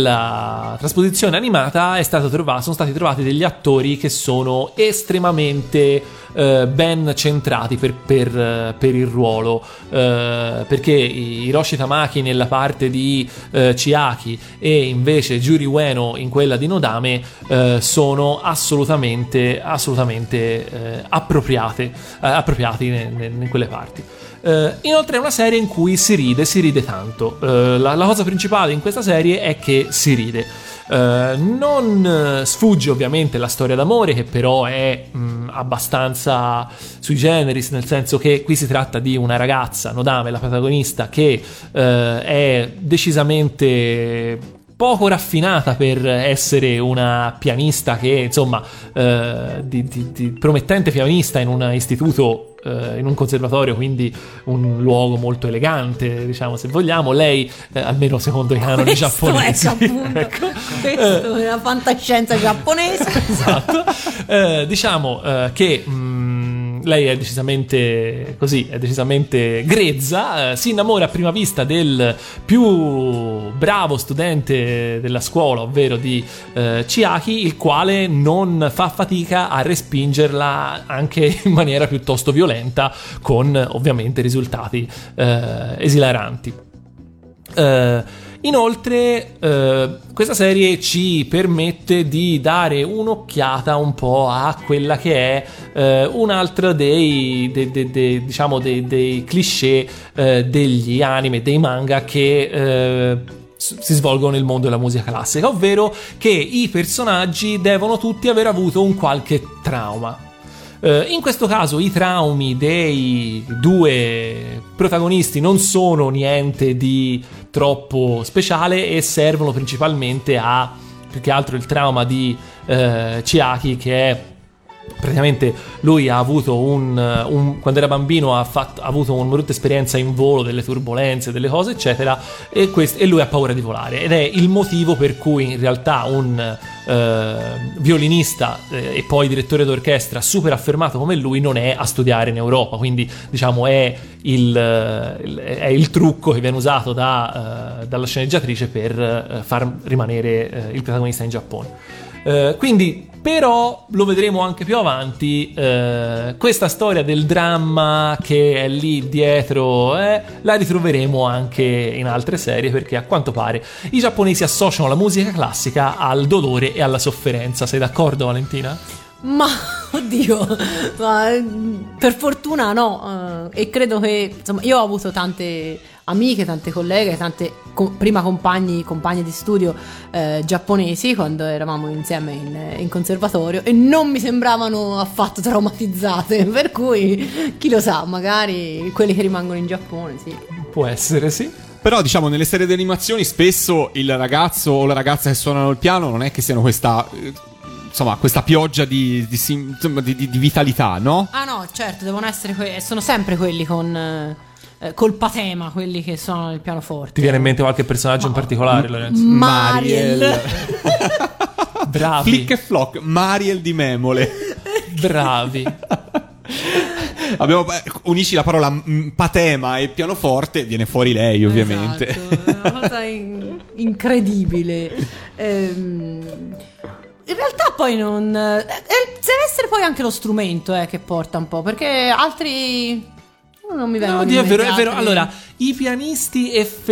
nella trasposizione animata è stato trovato, sono stati trovati degli attori che sono estremamente eh, ben centrati per, per, per il ruolo, eh, perché Hiroshi Tamaki nella parte di eh, Chiaki e invece Juri Ueno in quella di Nodame eh, sono assolutamente assolutamente eh, appropriate eh, appropriati in, in quelle parti. Uh, inoltre è una serie in cui si ride, si ride tanto. Uh, la, la cosa principale in questa serie è che si ride. Uh, non sfugge ovviamente la storia d'amore, che però è mh, abbastanza sui generis, nel senso che qui si tratta di una ragazza, Nodame, la protagonista, che uh, è decisamente poco raffinata per essere una pianista che, insomma, uh, di, di, di promettente pianista in un istituto, in un conservatorio, quindi un luogo molto elegante, diciamo, se vogliamo. Lei, eh, almeno secondo i canoni Questo giapponesi, è, appunto, ecco. questo è una fantascienza giapponese. Esatto. Eh, diciamo eh, che mh, lei è decisamente così, è decisamente grezza, eh, si innamora a prima vista del più bravo studente della scuola, ovvero di eh, Chiaki, il quale non fa fatica a respingerla anche in maniera piuttosto violenta, con ovviamente risultati eh, esilaranti. Uh, inoltre uh, questa serie ci permette di dare un'occhiata un po' a quella che è uh, un altro dei, dei, dei, dei diciamo dei, dei cliché uh, degli anime, dei manga che uh, si svolgono nel mondo della musica classica, ovvero che i personaggi devono tutti aver avuto un qualche trauma. In questo caso i traumi dei due protagonisti non sono niente di troppo speciale e servono principalmente a, più che altro, il trauma di eh, Chiaki, che è praticamente lui ha avuto un, un quando era bambino ha, fatto, ha avuto una brutta esperienza in volo, delle turbolenze, delle cose eccetera, e, quest, e lui ha paura di volare, ed è il motivo per cui in realtà un eh, violinista eh, e poi direttore d'orchestra super affermato come lui non è a studiare in Europa, quindi diciamo è il, è il trucco che viene usato da, eh, dalla sceneggiatrice per eh, far rimanere eh, il protagonista in Giappone. Eh, quindi però lo vedremo anche più avanti, eh, questa storia del dramma che è lì dietro eh, la ritroveremo anche in altre serie, perché a quanto pare i giapponesi associano la musica classica al dolore e alla sofferenza. Sei d'accordo, Valentina? Ma oddio, ma, per fortuna no, eh, e credo che insomma io ho avuto tante amiche, tante colleghe, tante co- prima compagni, compagne di studio eh, giapponesi quando eravamo insieme in, in conservatorio, e non mi sembravano affatto traumatizzate, per cui chi lo sa, magari quelli che rimangono in Giappone, sì. Può essere, sì. Però diciamo nelle serie di animazioni spesso il ragazzo o la ragazza che suonano il piano non è che siano questa... insomma, questa pioggia di, di, di, di, di vitalità, no? Ah no, certo, devono essere que- sono sempre quelli con eh, col patema, quelli che suonano il pianoforte. Ti viene in mente qualche personaggio Ma- in particolare, Lorenzo? Mariel. Bravi. Flick e Flock, Mariel di Memole. Bravi. Abbiamo, unisci la parola m, patema e pianoforte, viene fuori lei, ovviamente. Esatto, è una cosa in- incredibile. Ehm In realtà poi non... Eh, deve essere poi anche lo strumento eh, che porta un po', perché altri... Non mi vengono No, in è vero, mente è vero. altri. Allora, i pianisti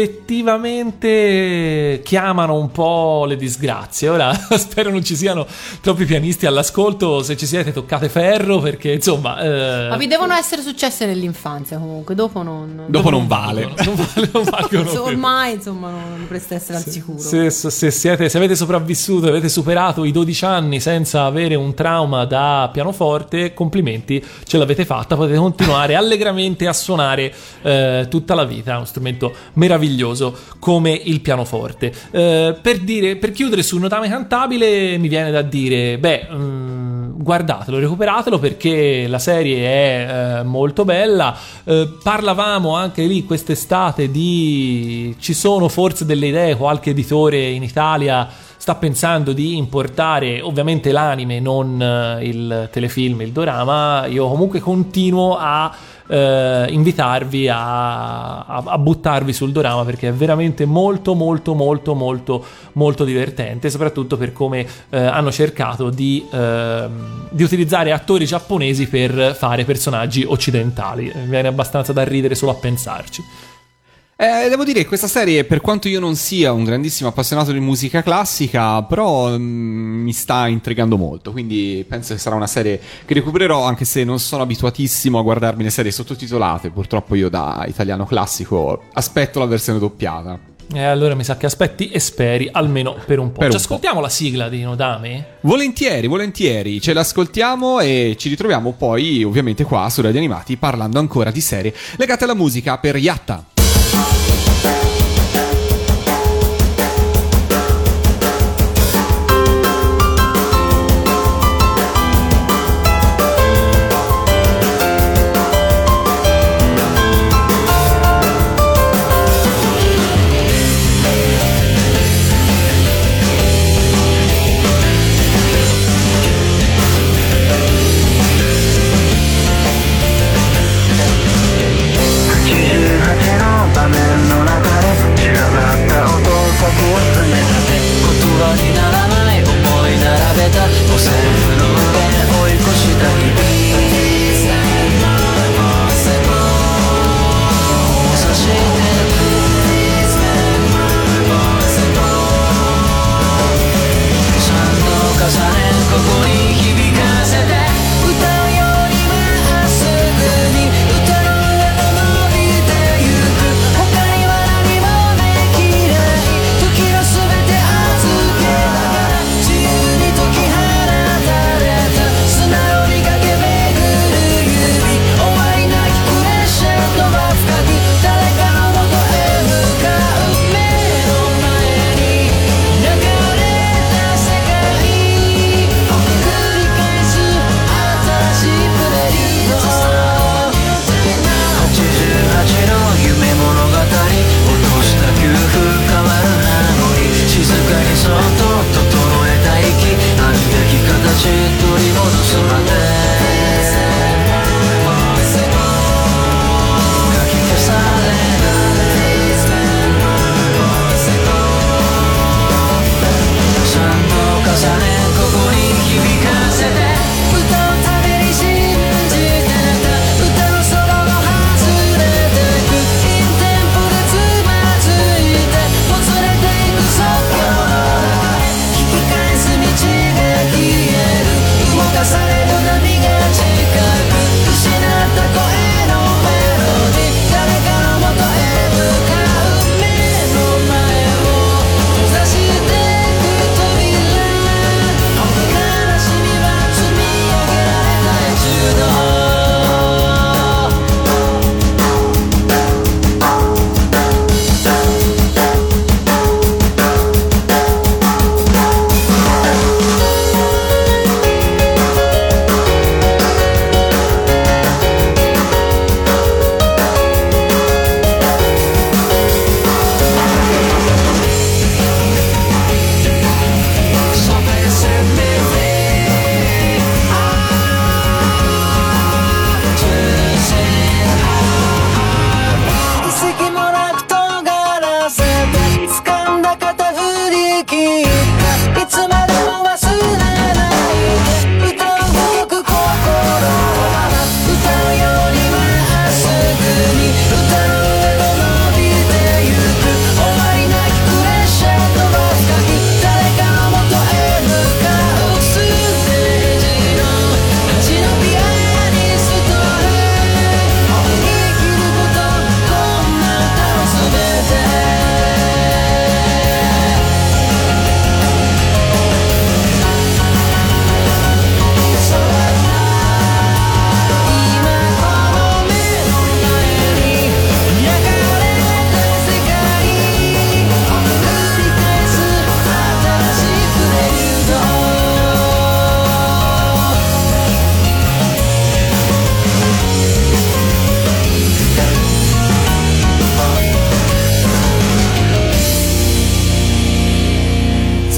effettivamente chiamano un po' le disgrazie. Ora, spero non ci siano troppi pianisti all'ascolto. Se ci siete, toccate ferro, perché insomma... Eh... Ma vi devono essere successe nell'infanzia comunque, dopo non... Dopo, dopo non vale. Non vale, non valgono so, ormai, insomma, non dovreste essere al sicuro. Se, se, se, siete, se avete sopravvissuto, avete superato i dodici anni senza avere un trauma da pianoforte, complimenti, ce l'avete fatta. Potete continuare allegramente a suonare eh, tutta la vita, uno strumento meraviglioso come il pianoforte. Eh, per dire, per chiudere su Notame cantabile, mi viene da dire, beh, mh, guardatelo, recuperatelo, perché la serie è eh, molto bella. Eh, parlavamo anche lì quest'estate di ci sono forse delle idee, qualche editore in Italia sta pensando di importare ovviamente l'anime, non uh, il telefilm, il dorama. Io comunque continuo a uh, invitarvi a, a, a buttarvi sul dorama, perché è veramente molto molto molto molto molto divertente, soprattutto per come uh, hanno cercato di, uh, di utilizzare attori giapponesi per fare personaggi occidentali. Mi viene abbastanza da ridere solo a pensarci. Eh, devo dire che questa serie, per quanto io non sia un grandissimo appassionato di musica classica, però mm, mi sta intrigando molto, quindi penso che sarà una serie che recupererò, anche se non sono abituatissimo a guardarmi le serie sottotitolate. Purtroppo io da italiano classico aspetto la versione doppiata. E eh, allora mi sa che aspetti e speri almeno per un po'. Per Ci un ascoltiamo po'. La sigla di Nodame? Volentieri, volentieri, ce l'ascoltiamo e ci ritroviamo poi ovviamente qua su Radio Animati parlando ancora di serie legate alla musica per Yatta.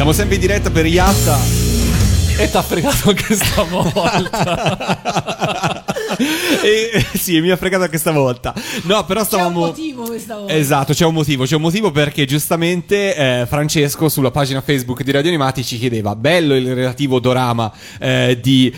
Siamo sempre in diretta per Yatta. E t'ha fregato anche stavolta. E, sì, mi ha fregato anche stavolta. No, però stavamo. C'è un motivo questa volta. Esatto, c'è un motivo. C'è un motivo perché giustamente eh, Francesco sulla pagina Facebook di Radio Animati ci chiedeva: bello il relativo dorama eh, di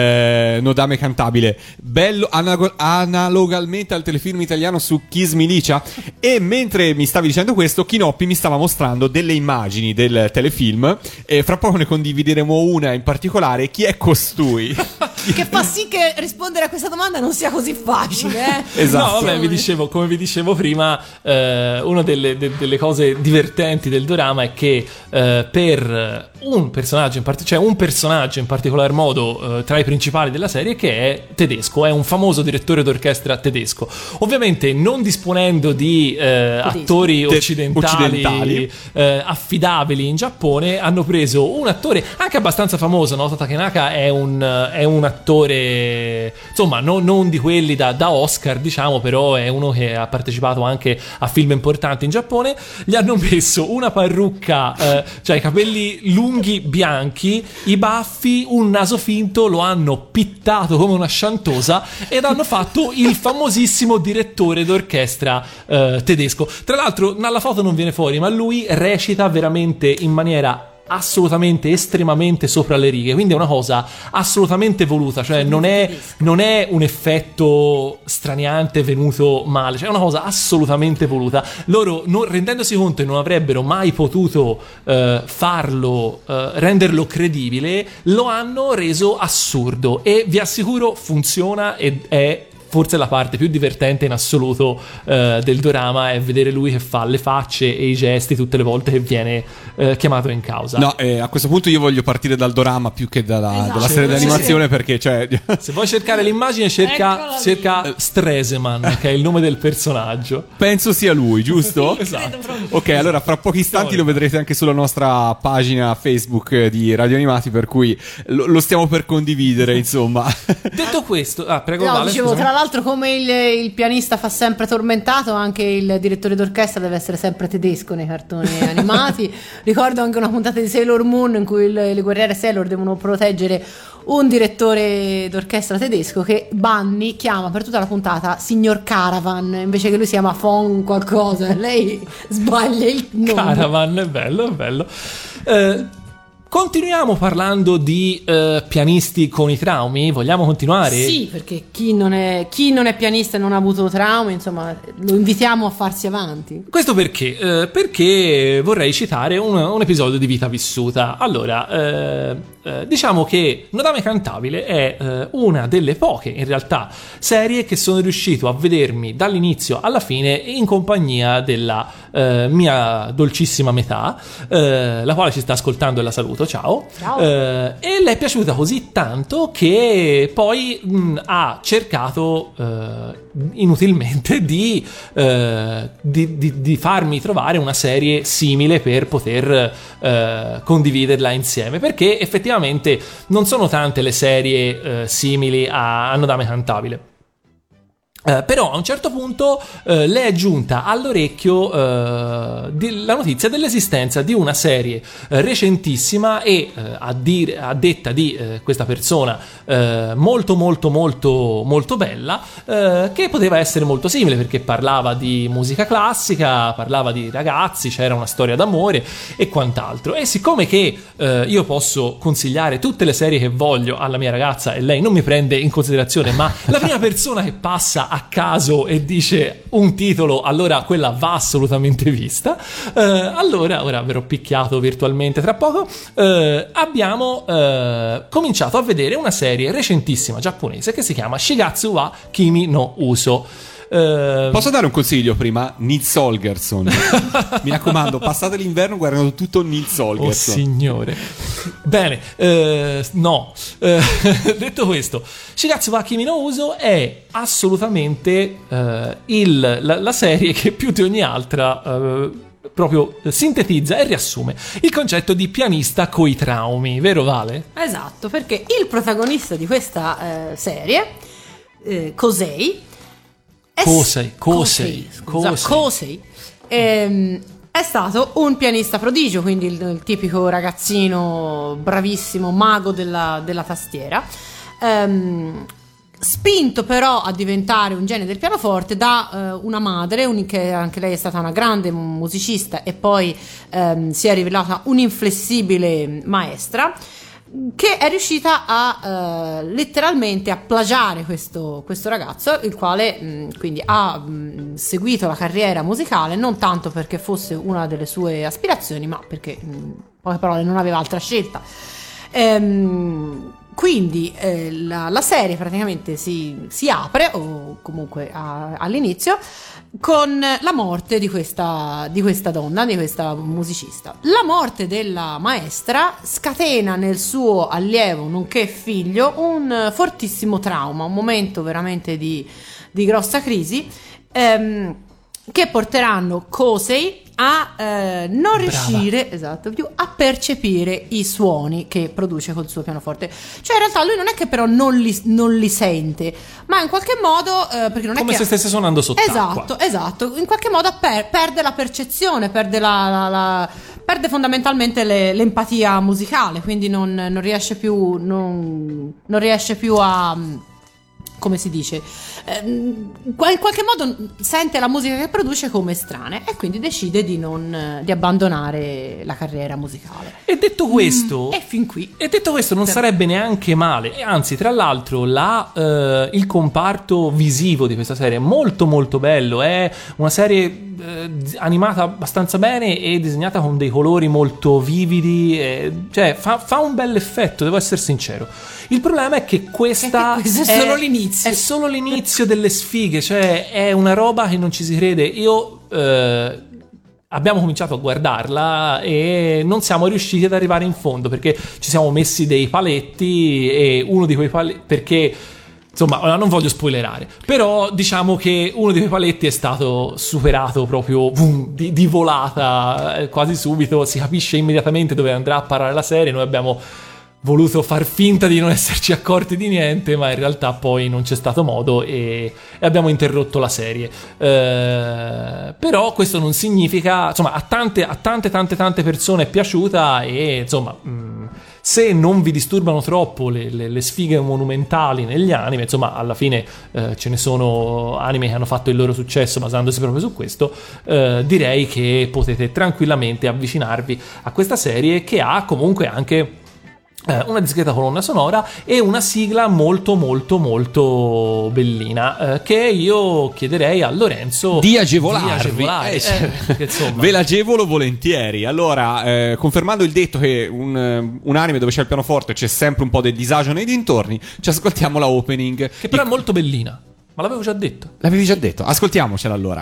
eh, Nodame Cantabile, bello analog- analogamente al telefilm italiano su Kiss Milicia. E mentre mi stavi dicendo questo, Chinoppi mi stava mostrando delle immagini del telefilm. E fra poco ne condivideremo una in particolare. Chi è costui? Che fa sì che rispondere a questa domanda non sia così facile, eh? Esatto. No, vabbè, vi dicevo, come vi dicevo prima, eh, una delle, de- delle cose divertenti del dorama è che eh, per un personaggio in part- cioè un personaggio in particolar modo eh, tra i principali della serie, che è tedesco, è un famoso direttore d'orchestra tedesco. Ovviamente non disponendo di eh, attori Te- occidentali, occidentali. Eh, affidabili in Giappone, hanno preso un attore anche abbastanza famoso. Naoto Takenaka è un, è un attore, insomma, no, non di quelli da, da Oscar, diciamo, però è uno che ha partecipato anche a film importanti in Giappone. Gli hanno messo una parrucca, eh, cioè i capelli lunghi bianchi, i baffi, un naso finto, lo hanno pittato come una sciantosa ed hanno fatto il famosissimo direttore d'orchestra eh, tedesco. Tra l'altro nella foto non viene fuori, ma lui recita veramente in maniera assolutamente estremamente sopra le righe, quindi è una cosa assolutamente voluta, cioè non è, non è un effetto straniante venuto male, cioè è una cosa assolutamente voluta. Loro, non, rendendosi conto che non avrebbero mai potuto eh, farlo, eh, renderlo credibile, lo hanno reso assurdo e vi assicuro funziona ed è forse la parte più divertente in assoluto eh, del dorama, è vedere lui che fa le facce e i gesti tutte le volte che viene eh, chiamato in causa. No, eh, a questo punto io voglio partire dal dorama più che dalla, Esatto. dalla serie Sì, d'animazione, sì. perché cioè Se vuoi cercare l'immagine cerca, Eccola lì. cerca Stresemann, che è il nome del personaggio. penso sia lui, giusto? Sì, credo proprio. Ok, allora fra pochi istanti lo vedrete anche sulla nostra pagina Facebook di Radio Animati, per cui lo, lo stiamo per condividere, insomma. Detto questo, ah, prego, No, Vale, dicevo, scusami. tra l'altro, come il, il pianista fa sempre tormentato, anche il direttore d'orchestra deve essere sempre tedesco nei cartoni animati. Ricordo anche una puntata di Sailor Moon in cui il- le guerriere Sailor devono proteggere un direttore d'orchestra tedesco che Bunny chiama per tutta la puntata Signor Caravan, invece che lui si chiama Fon qualcosa, lei sbaglia il nome. Caravan, è bello, è bello. Eh, continuiamo parlando di eh, pianisti con i traumi. Vogliamo continuare? Sì, perché chi non è, chi non è pianista e non ha avuto traumi, insomma, lo invitiamo a farsi avanti. Questo perché? Eh, perché vorrei citare un, un episodio di Vita Vissuta. Allora, eh, eh, diciamo che Nodame Cantabile è eh, una delle poche, in realtà, serie che sono riuscito a vedermi dall'inizio alla fine in compagnia della eh, mia dolcissima metà, eh, la quale ci sta ascoltando e la saluto. Ciao. Ciao. Eh, e le è piaciuta così tanto che poi mh, ha cercato eh, inutilmente di, eh, di, di, di farmi trovare una serie simile per poter eh, condividerla insieme, perché effettivamente non sono tante le serie eh, simili a, a Nodame Cantabile. Eh, però a un certo punto eh, le è giunta all'orecchio eh, di- la notizia dell'esistenza di una serie eh, recentissima e eh, a, dire, a detta di eh, questa persona eh, molto molto molto molto bella, eh, che poteva essere molto simile perché parlava di musica classica, parlava di ragazzi, c'era una storia d'amore e quant'altro. E siccome che eh, io posso consigliare tutte le serie che voglio alla mia ragazza e lei non mi prende in considerazione, ma la prima persona che passa a caso e dice un titolo, allora quella va assolutamente vista. Eh, allora, ora verrò picchiato virtualmente tra poco. Eh, abbiamo eh, cominciato a vedere una serie recentissima giapponese che si chiama Shigatsu wa Kimi no Uso. Eh, Posso dare un consiglio prima? Nils Holgersson. Mi raccomando, passate l'inverno guardando tutto Nils Oh Holgersson. signore. Bene, eh, no. Eh, detto questo, Shigatsu wa Kimi no Uso è assolutamente eh, il, la, la serie che più di ogni altra eh, proprio sintetizza e riassume il concetto di pianista coi traumi, vero Vale? Esatto, perché il protagonista di questa eh, serie, eh, Kosei, è Kosei, Kosei, Kosei, scusa, Kosei. Kosei, ehm, è stato un pianista prodigio, quindi il, il tipico ragazzino bravissimo, mago della, della tastiera, ehm, spinto però a diventare un genio del pianoforte da eh, una madre, un, che anche lei è stata una grande musicista e poi ehm, si è rivelata un'inflessibile maestra, che è riuscita a uh, letteralmente a plagiare questo, questo ragazzo, il quale mh, quindi ha mh, seguito la carriera musicale non tanto perché fosse una delle sue aspirazioni, ma perché in poche parole non aveva altra scelta. Ehm, quindi eh, la, la serie praticamente si, si apre, o comunque a, all'inizio, con la morte di questa, di questa donna, di questa musicista. La morte della maestra scatena nel suo allievo, nonché figlio, un fortissimo trauma, un momento veramente di, di grossa crisi, ehm, che porteranno Kosei a eh, non riuscire esatto, più a percepire i suoni che produce col suo pianoforte. Cioè in realtà lui non è che però non li, non li sente, ma in qualche modo eh, perché non è come che se stesse suonando sott'acqua. Esatto, esatto, in qualche modo per, perde la percezione, perde la, la, la perde fondamentalmente le, l'empatia musicale, quindi non, non riesce più non, non riesce più a, come si dice, eh, in qualche modo sente la musica che produce come estranea e quindi decide di non di abbandonare la carriera musicale. E detto questo, mm, e fin qui e detto questo non per... sarebbe neanche male. E anzi, tra l'altro, la, eh, il comparto visivo di questa serie è molto molto bello. È una serie eh, animata abbastanza bene e disegnata con dei colori molto vividi, e, cioè fa, fa un bel effetto, devo essere sincero. Il problema è che questa questo è solo l'inizio. È solo l'inizio delle sfighe, cioè è una roba che non ci si crede. Io eh, abbiamo cominciato a guardarla e non siamo riusciti ad arrivare in fondo perché ci siamo messi dei paletti, e uno di quei paletti, perché insomma, ora non voglio spoilerare, però diciamo che uno di quei paletti è stato superato proprio boom, di, di volata, eh, quasi subito. Si capisce immediatamente dove andrà a parare la serie. Noi abbiamo voluto far finta di non esserci accorti di niente, ma in realtà poi non c'è stato modo e, e abbiamo interrotto la serie. Eh, però questo non significa, insomma, a tante, a tante tante tante persone è piaciuta e insomma, mh, se non vi disturbano troppo le, le, le sfighe monumentali negli anime, insomma, alla fine eh, ce ne sono anime che hanno fatto il loro successo basandosi proprio su questo, eh, direi che potete tranquillamente avvicinarvi a questa serie, che ha comunque anche una discreta colonna sonora e una sigla molto molto molto bellina, eh, che io chiederei a Lorenzo di agevolarvi, di agevolare. Eh, cioè, eh, che, insomma, ve l'agevolo volentieri. Allora, eh, confermando il detto che un, un anime dove c'è il pianoforte c'è sempre un po' del disagio nei dintorni, ci ascoltiamo la opening, che però di... è molto bellina, ma l'avevo già detto. L'avevi già detto, ascoltiamocela allora.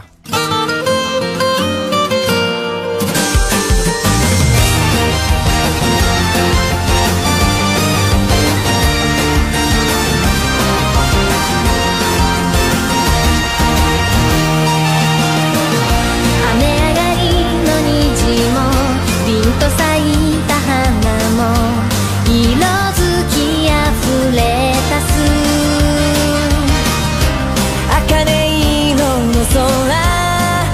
空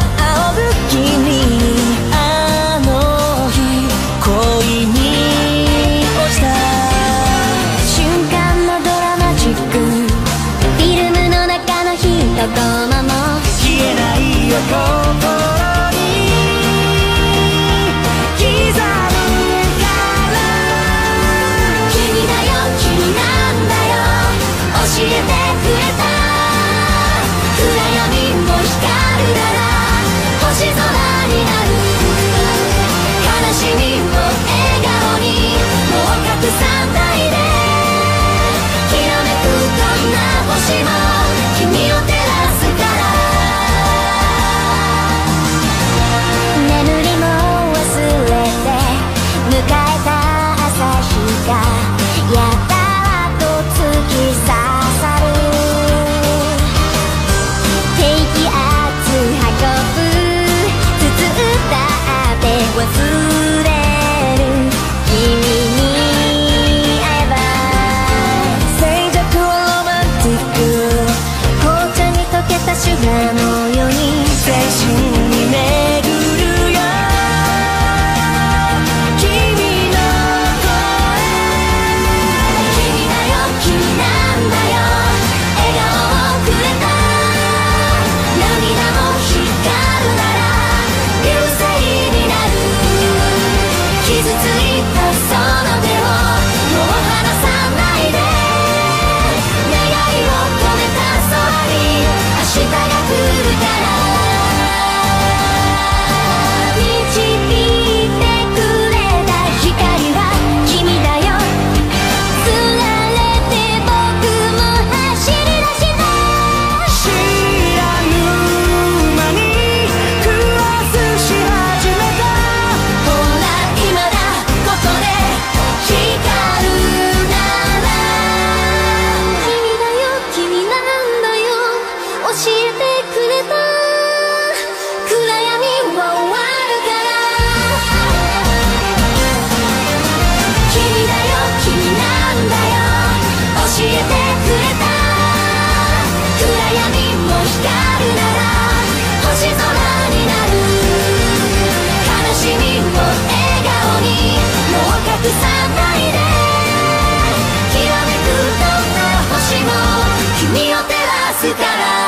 さないできらめくどんな星も君を照らすから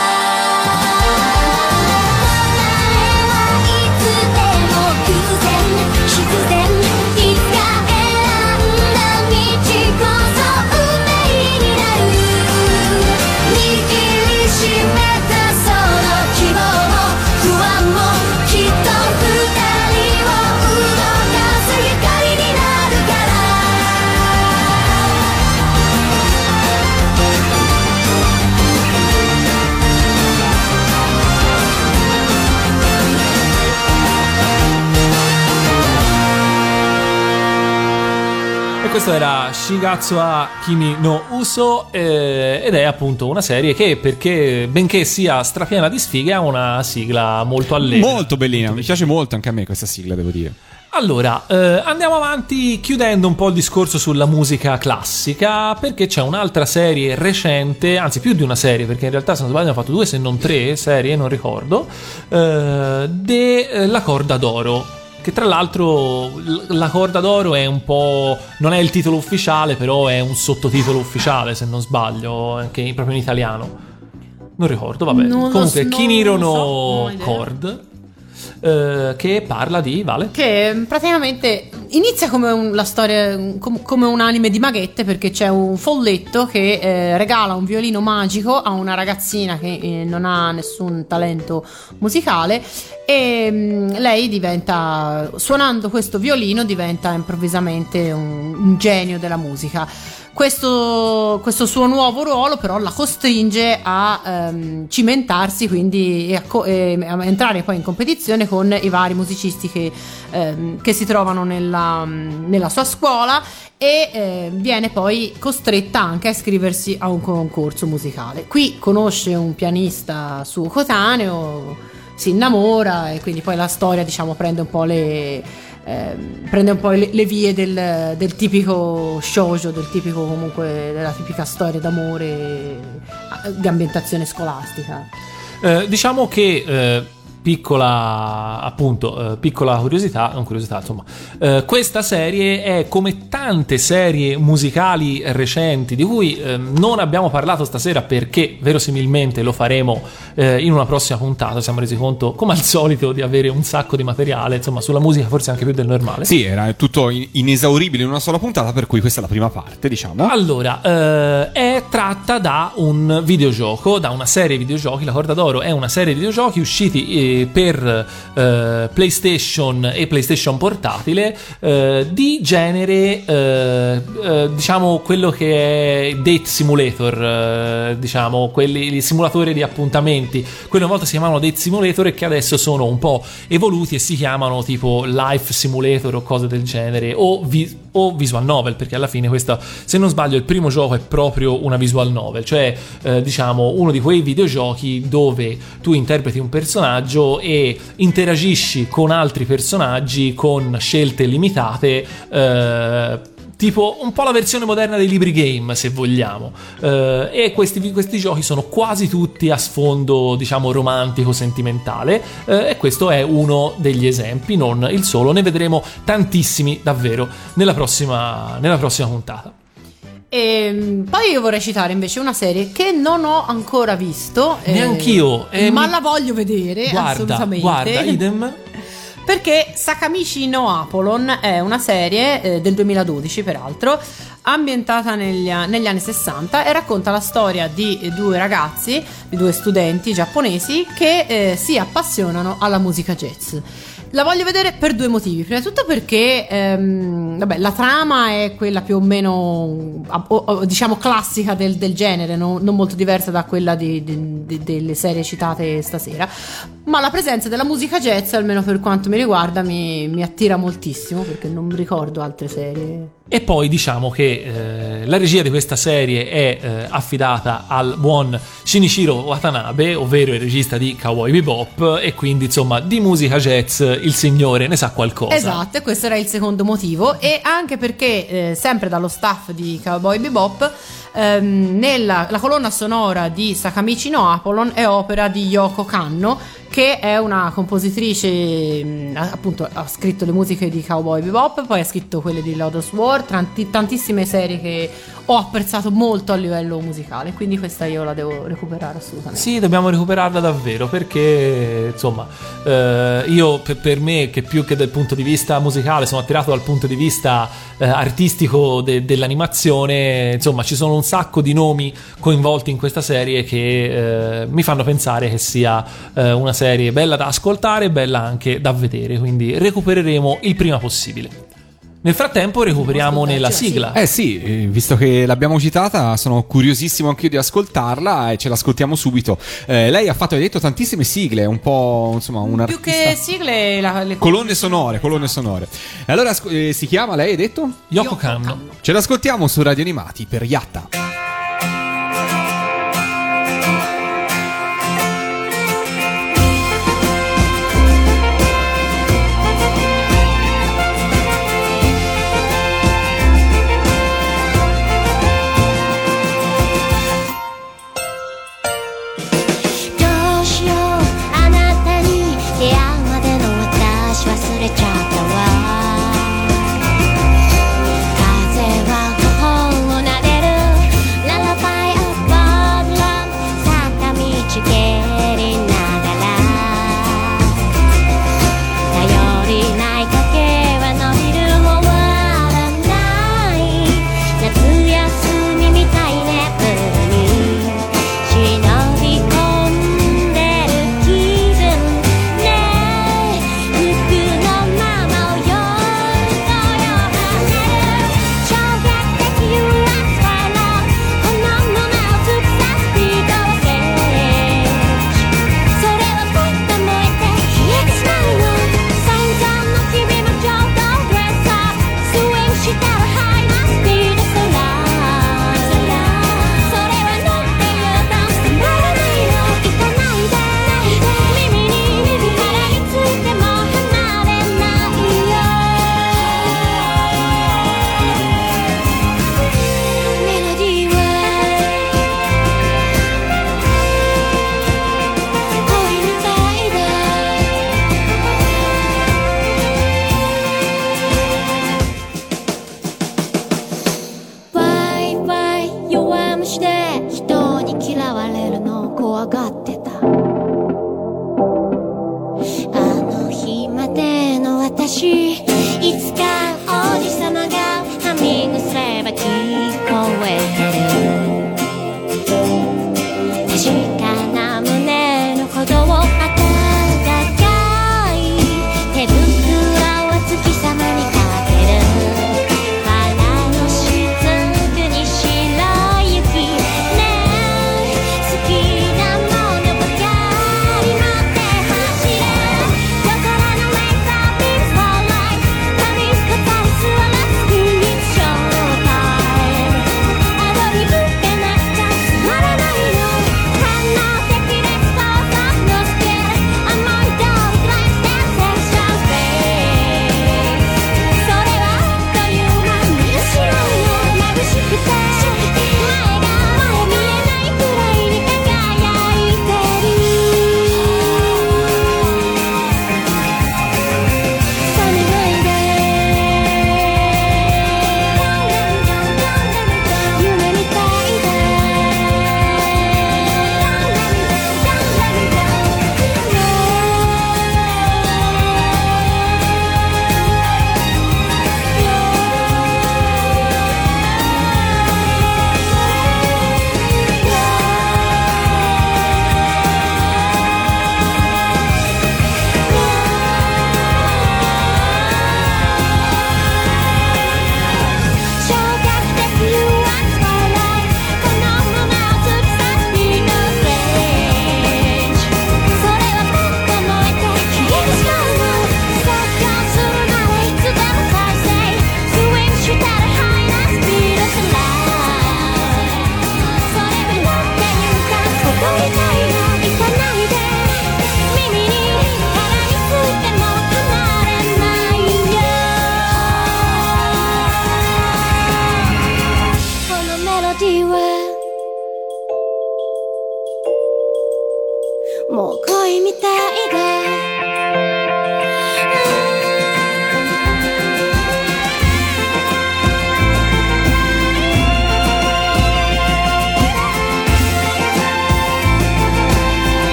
Questo era Shigatsu wa Kimi no Uso eh, ed è appunto una serie che, perché benché sia strapiena di sfighe, ha una sigla molto allegra. Molto bellina, mi piace molto anche a me questa sigla, devo dire. Allora, eh, andiamo avanti chiudendo un po' il discorso sulla musica classica, perché c'è un'altra serie recente, anzi più di una serie, perché in realtà se non sbaglio hanno fatto due se non tre serie, non ricordo, eh, de eh, La Corda d'Oro. Che tra l'altro La Corda d'Oro è un po', non è il titolo ufficiale, però è un sottotitolo ufficiale se non sbaglio, anche proprio in italiano. Non ricordo, vabbè. Non Comunque lo, Kiniro non no so, Chord, eh, che parla di, vale? Che praticamente inizia come un, la storia com, come un anime di maghette, perché c'è un folletto che eh, regala un violino magico a una ragazzina che eh, non ha nessun talento musicale e mh, lei diventa, suonando questo violino, diventa improvvisamente un, un genio della musica. Questo, questo suo nuovo ruolo però la costringe a ehm, cimentarsi, quindi e a, co- e a entrare poi in competizione con i vari musicisti che, ehm, che si trovano nella, nella sua scuola e eh, viene poi costretta anche a iscriversi a un concorso musicale. Qui conosce un pianista suo coetaneo, si innamora e quindi poi la storia, diciamo, prende un po' le Eh, prende un po' le, le vie del, del tipico shoujo, del tipico comunque della tipica storia d'amore di ambientazione scolastica. Eh, diciamo che eh, piccola appunto eh, piccola curiosità, non curiosità insomma, eh, questa serie è come tante serie musicali recenti di cui eh, non abbiamo parlato stasera perché verosimilmente lo faremo eh, in una prossima puntata. Siamo resi conto come al solito di avere un sacco di materiale, insomma, sulla musica forse anche più del normale. Sì, era tutto in- inesauribile in una sola puntata, per cui questa è la prima parte, diciamo. Allora, eh, è tratta da un videogioco, da una serie di videogiochi. La Corda d'Oro è una serie di videogiochi usciti eh, per eh, PlayStation e PlayStation portatile, eh, di genere eh, eh, diciamo quello che è Date Simulator, eh, diciamo quelli, i simulatori di appuntamenti. Quelli una volta si chiamavano Date Simulator e che adesso sono un po' evoluti e si chiamano tipo Life Simulator o cose del genere, o, vi, o visual novel, perché alla fine questa, se non sbaglio, il primo gioco è proprio una visual novel, cioè eh, diciamo uno di quei videogiochi dove tu interpreti un personaggio e interagisci con altri personaggi con scelte limitate, eh, tipo un po' la versione moderna dei libri game, se vogliamo, eh, e questi, questi giochi sono quasi tutti a sfondo, diciamo, romantico sentimentale, eh, e questo è uno degli esempi, non il solo. Ne vedremo tantissimi davvero nella prossima, nella prossima puntata. E poi io vorrei citare invece una serie che non ho ancora visto, Neanch'io, eh, eh, ma mi... la voglio vedere, guarda, assolutamente. Guarda, idem. Perché Sakamichi no Apollon è una serie eh, del duemiladodici, peraltro, ambientata negli, negli anni sessanta e racconta la storia di due ragazzi, di due studenti giapponesi che eh, si appassionano alla musica jazz. La voglio vedere per due motivi. Prima di tutto perché ehm, vabbè, la trama è quella più o meno o, o, diciamo classica del, del genere, no? Non molto diversa da quella di, di, di, delle serie citate stasera, ma la presenza della musica jazz, almeno per quanto mi riguarda, mi, mi attira moltissimo, perché non ricordo altre serie. E poi diciamo che eh, la regia di questa serie è eh, affidata al buon Shinichiro Watanabe, ovvero il regista di Cowboy Bebop, e quindi insomma di musica jazz il signore ne sa qualcosa. Esatto, e questo era il secondo motivo. E anche perché eh, sempre dallo staff di Cowboy Bebop ehm, nella la colonna sonora di Sakamichi no Apollon è opera di Yoko Kanno, che è una compositrice, mh, appunto ha scritto le musiche di Cowboy Bebop, poi ha scritto quelle di Lotus War, tanti, tantissime serie che ho apprezzato molto a livello musicale, quindi questa io la devo recuperare assolutamente. Sì, dobbiamo recuperarla davvero, perché insomma eh, io per, per me, che più che dal punto di vista musicale sono attirato dal punto di vista eh, artistico de, dell'animazione, insomma ci sono un sacco di nomi coinvolti in questa serie che eh, mi fanno pensare che sia eh, una serie bella da ascoltare, bella anche da vedere, quindi recupereremo il prima possibile. Nel frattempo recuperiamo nella sigla. Eh sì, eh, visto che l'abbiamo citata, sono curiosissimo anch'io di ascoltarla e ce l'ascoltiamo subito. Eh, lei ha fatto, hai detto, tantissime sigle, un po', insomma, un Più artista... che sigle, la, le Colonne sonore, colonne sonore. E allora asco- eh, si chiama, lei hai detto? Yoko Kanno. Ce l'ascoltiamo su Radio Animati per Yatta. 「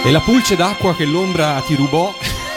E la pulce d'acqua che l'ombra ti rubò.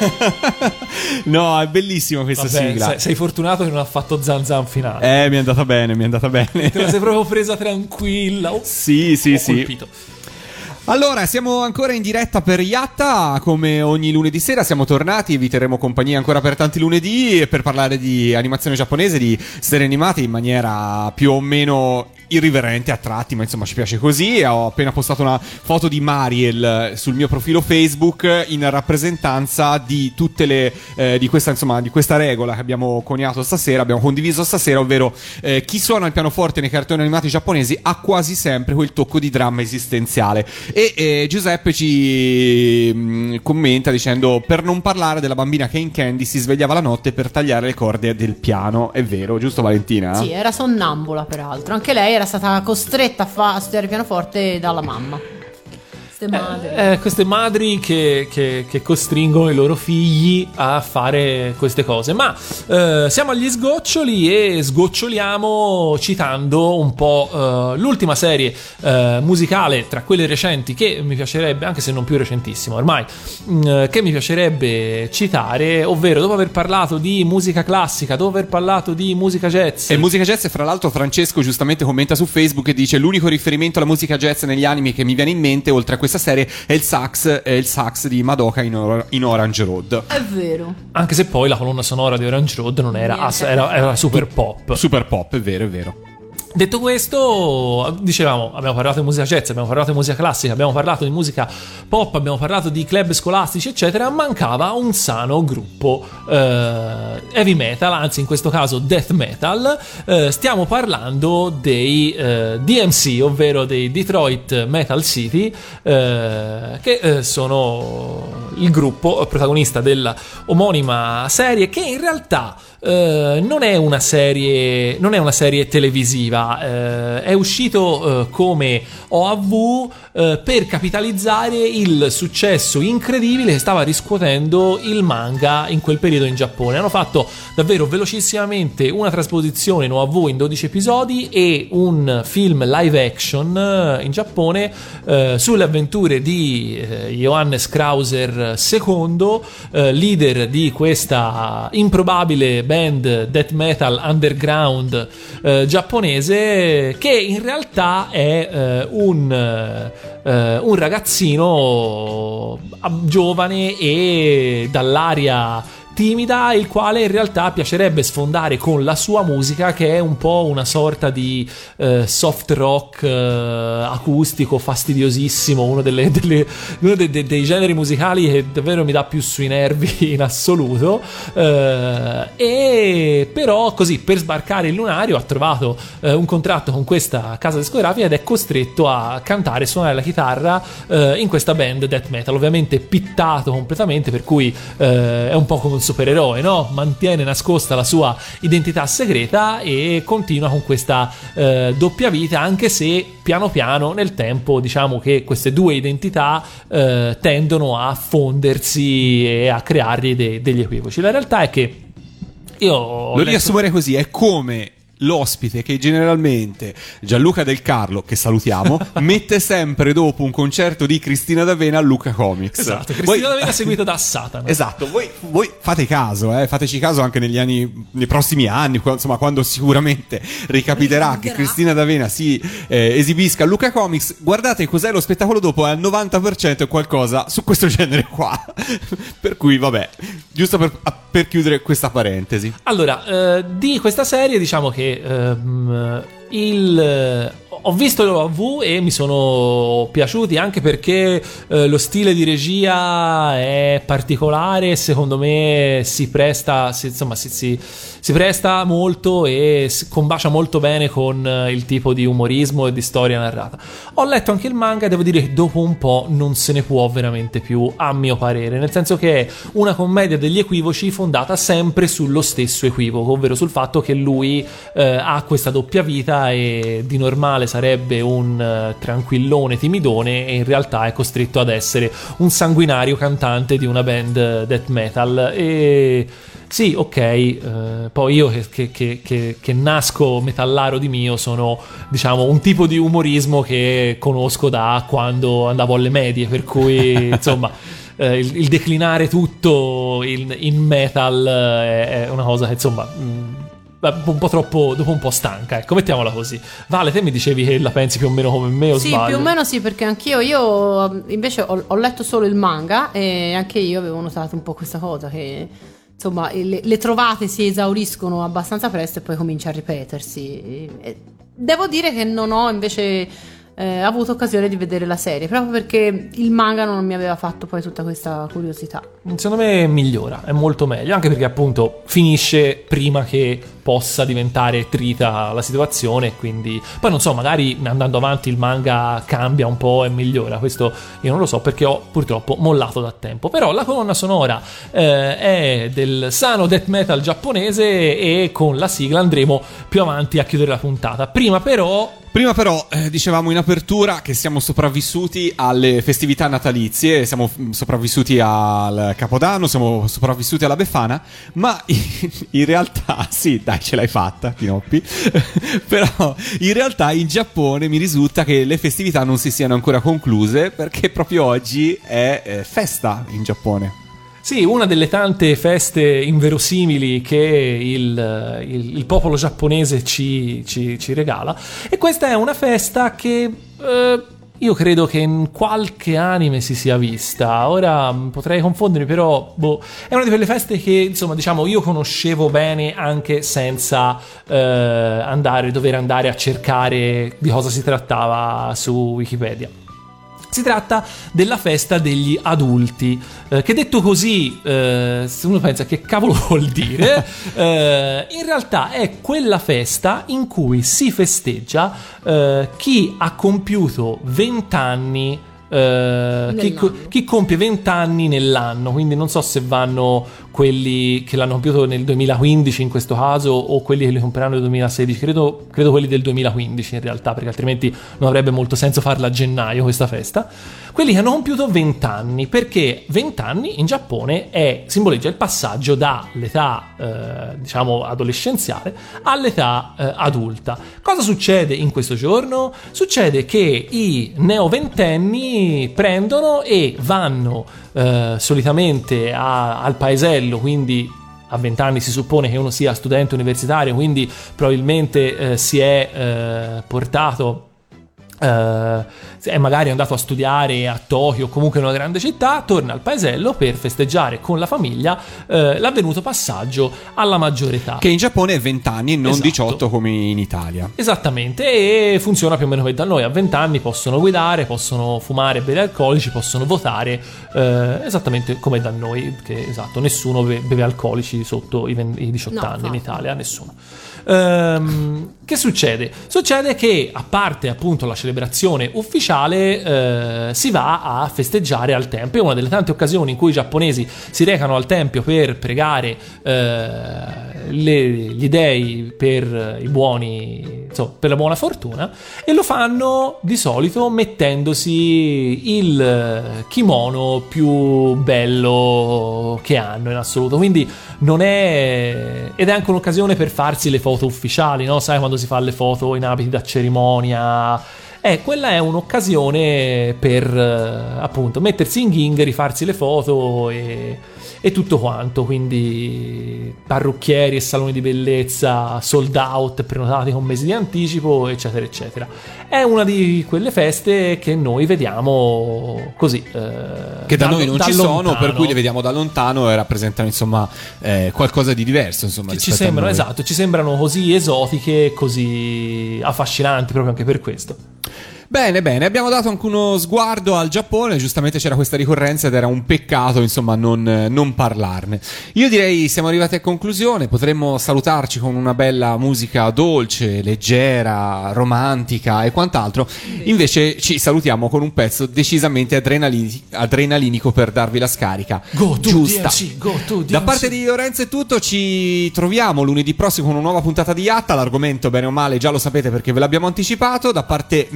No, è bellissima questa Vabbè, sigla. sei, sei fortunato che non ha fatto Zan Zan finale. Eh, mi è andata bene, mi è andata bene. Te la sei proprio presa tranquilla. Oh, Sì, sì, ho sì. colpito. Allora, siamo ancora in diretta per Yatta, come ogni lunedì sera siamo tornati, vi terremo compagnia ancora per tanti lunedì per parlare di animazione giapponese, di serie animate in maniera più o meno irriverente a tratti, ma insomma ci piace così. Ho appena postato una foto di Mariel sul mio profilo Facebook in rappresentanza di tutte le eh, di questa insomma di questa regola che abbiamo coniato stasera, abbiamo condiviso stasera, ovvero eh, chi suona il pianoforte nei cartoni animati giapponesi ha quasi sempre quel tocco di dramma esistenziale. E eh, Giuseppe ci mh, commenta dicendo: per non parlare della bambina che in Candy si svegliava la notte per tagliare le corde del piano. È vero, giusto Valentina? Sì, era sonnambula peraltro. Anche lei era stata costretta a, fa- a studiare pianoforte dalla mamma. Queste madri. Eh, eh, queste madri che, che, che costringono i loro figli a fare queste cose. Ma eh, siamo agli sgoccioli e sgoccioliamo citando un po' eh, l'ultima serie eh, musicale tra quelle recenti che mi piacerebbe, anche se non più recentissima ormai, mh, che mi piacerebbe citare, ovvero dopo aver parlato di musica classica, dopo aver parlato di musica jazz. E musica jazz, fra l'altro Francesco giustamente commenta su Facebook e dice: l'unico riferimento alla musica jazz negli anime che mi viene in mente oltre a questa serie è il sax, è il sax di Madoka in, Or- in Orange Road. È vero. Anche se poi la colonna sonora di Orange Road non era, Niente. era, era super pop. Super pop, è vero, è vero. Detto questo, dicevamo, abbiamo parlato di musica jazz, abbiamo parlato di musica classica, abbiamo parlato di musica pop, abbiamo parlato di club scolastici, eccetera. Mancava un sano gruppo eh, heavy metal, anzi in questo caso death metal. Eh, stiamo parlando dei eh, D M C, ovvero dei Detroit Metal City, eh, che eh, sono il gruppo protagonista della omonima serie, che in realtà Uh, non è una serie non è una serie televisiva, uh, è uscito uh, come O A V uh, per capitalizzare il successo incredibile che stava riscuotendo il manga in quel periodo in Giappone. Hanno fatto davvero velocissimamente una trasposizione in O A V in dodici episodi e un film live action uh, in Giappone uh, sulle avventure di uh, Johannes Krauser secondo, uh, leader di questa improbabile band death metal underground eh, giapponese, che in realtà è eh, un, eh, un ragazzino giovane e dall'aria timida, il quale in realtà piacerebbe sfondare con la sua musica, che è un po' una sorta di eh, soft rock eh, acustico fastidiosissimo, uno, delle, delle, uno dei, dei, dei generi musicali che davvero mi dà più sui nervi in assoluto. Eh, e però così, per sbarcare il lunario, ha trovato eh, un contratto con questa casa discografica ed è costretto a cantare e suonare la chitarra eh, in questa band death metal, ovviamente pittato completamente, per cui eh, è un po' come un supereroe, no? Mantiene nascosta la sua identità segreta e continua con questa eh, doppia vita, anche se piano piano nel tempo diciamo che queste due identità eh, tendono a fondersi e a creargli de- degli equivoci. La realtà è che io ho lo letto... riassumerei così: è come l'ospite che generalmente Gianluca Del Carlo, che salutiamo, mette sempre dopo un concerto di Cristina D'Avena a Luca Comics. Esatto, Cristina voi... D'Avena seguita da Satana. Esatto, voi, voi fate caso, eh, fateci caso anche negli anni, nei prossimi anni, quando, insomma, quando sicuramente ricapiterà che Cristina D'Avena si eh, esibisca a Luca Comics, guardate cos'è lo spettacolo dopo, è al novanta per cento è qualcosa su questo genere qua. Per cui vabbè, giusto per, per chiudere questa parentesi. Allora, eh, di questa serie diciamo che ehm, il... ho visto l'O A V e mi sono piaciuti, anche perché eh, lo stile di regia è particolare e secondo me si presta si, insomma si, si, si presta molto e si combacia molto bene con eh, il tipo di umorismo e di storia narrata. Ho letto anche il manga e devo dire che dopo un po' non se ne può veramente più, a mio parere, nel senso che è una commedia degli equivoci fondata sempre sullo stesso equivoco, ovvero sul fatto che lui eh, ha questa doppia vita e di normale sarebbe un uh, tranquillone timidone e in realtà è costretto ad essere un sanguinario cantante di una band uh, death metal, e sì, ok, eh, poi io che, che, che, che, che nasco metallaro di mio sono, diciamo, un tipo di umorismo che conosco da quando andavo alle medie, per cui insomma eh, il, il declinare tutto in, in metal è, è una cosa che insomma mh, un po' troppo, dopo un po' stanca, ecco, mettiamola così. Vale, te mi dicevi che la pensi più o meno come me, o Sì, sbaglio? più o meno sì, perché anch'io io invece ho, ho letto solo il manga e anche io avevo notato un po' questa cosa che insomma le, le trovate si esauriscono abbastanza presto e poi comincia a ripetersi. E, e devo dire che non ho invece eh, avuto occasione di vedere la serie proprio perché il manga non mi aveva fatto poi tutta questa curiosità. Secondo me migliora, è molto meglio, anche perché appunto finisce prima che possa diventare trita la situazione, quindi poi non so, magari andando avanti il manga cambia un po' e migliora, questo io non lo so perché ho purtroppo mollato da tempo. Però la colonna sonora eh, è del sano death metal giapponese e con la sigla andremo più avanti a chiudere la puntata. Prima però Prima però eh, dicevamo in apertura che siamo sopravvissuti alle festività natalizie, siamo f- sopravvissuti al Capodanno, siamo sopravvissuti alla Befana, ma in, in realtà, sì, dai, ce l'hai fatta, Pinoppi, però in realtà in Giappone mi risulta che le festività non si siano ancora concluse perché proprio oggi è eh, festa in Giappone. sì, una delle tante feste inverosimili che il, il, il popolo giapponese ci, ci, ci regala. E questa è una festa che eh, io credo che in qualche anime si sia vista. Ora potrei confondermi, però boh, è una di quelle feste che insomma diciamo io conoscevo bene anche senza eh, andare, dover andare a cercare di cosa si trattava su Wikipedia. Si tratta della festa degli adulti, eh, che detto così, eh, se uno pensa che cavolo vuol dire, eh, in realtà è quella festa in cui si festeggia eh, chi ha compiuto venti anni, eh, chi, chi compie venti anni nell'anno, quindi non so se vanno quelli che l'hanno compiuto nel duemilaquindici in questo caso o quelli che li compiranno nel duemilasedici, credo, credo quelli del duemilaquindici in realtà, perché altrimenti non avrebbe molto senso farla a gennaio questa festa. Quelli che hanno compiuto venti anni, perché venti anni in Giappone è, simboleggia il passaggio dall'età eh, diciamo adolescenziale all'età eh, adulta. Cosa succede in questo giorno? Succede che i neoventenni prendono e vanno eh, solitamente a, al paesello, quindi a venti anni si suppone che uno sia studente universitario, quindi probabilmente eh, si è eh, portato Uh, è magari andato a studiare a Tokyo o comunque in una grande città, torna al paesello per festeggiare con la famiglia uh, l'avvenuto passaggio alla maggiore età, che in Giappone è venti anni e non esatto. diciotto come in Italia. Esattamente, e funziona più o meno come da noi. A venti anni possono guidare, possono fumare e bere alcolici, possono votare uh, esattamente come da noi, che esatto, nessuno beve, beve alcolici sotto i, venti, i diciotto no, anni no. in Italia, nessuno. Um, che succede? Succede che a parte appunto la celebrazione ufficiale eh, si va a festeggiare al tempio. È una delle tante occasioni in cui i giapponesi si recano al tempio per pregare eh, le, gli dei per i buoni, insomma, per la buona fortuna, e lo fanno di solito mettendosi il kimono più bello che hanno in assoluto, quindi non è, ed è anche un'occasione per farsi le foto ufficiali, no? Sai quando si fa le foto in abiti da cerimonia? Eh, quella è un'occasione per eh, appunto mettersi in ghingheri, farsi le foto e, e tutto quanto, quindi parrucchieri e saloni di bellezza sold out, prenotati con mesi di anticipo, eccetera eccetera. È una di quelle feste che noi vediamo così eh, che da, da noi non da ci lontano. sono, per cui le vediamo da lontano e rappresentano insomma eh, qualcosa di diverso, insomma, ci, ci rispetto a sembrano, noi. esatto, ci sembrano così esotiche, così affascinanti proprio anche per questo. Bene, bene, abbiamo dato anche uno sguardo al Giappone, giustamente c'era questa ricorrenza ed era un peccato, insomma, non, non parlarne. Io direi siamo arrivati a conclusione, potremmo salutarci con una bella musica dolce, leggera, romantica e quant'altro. Invece ci salutiamo con un pezzo decisamente adrenalini- adrenalinico per darvi la scarica Go to giusta. D M C, go to D M C. Da parte di Lorenzo è tutto, ci troviamo lunedì prossimo con una nuova puntata di Yatta. L'argomento bene o male già lo sapete perché ve l'abbiamo anticipato. Da parte mia è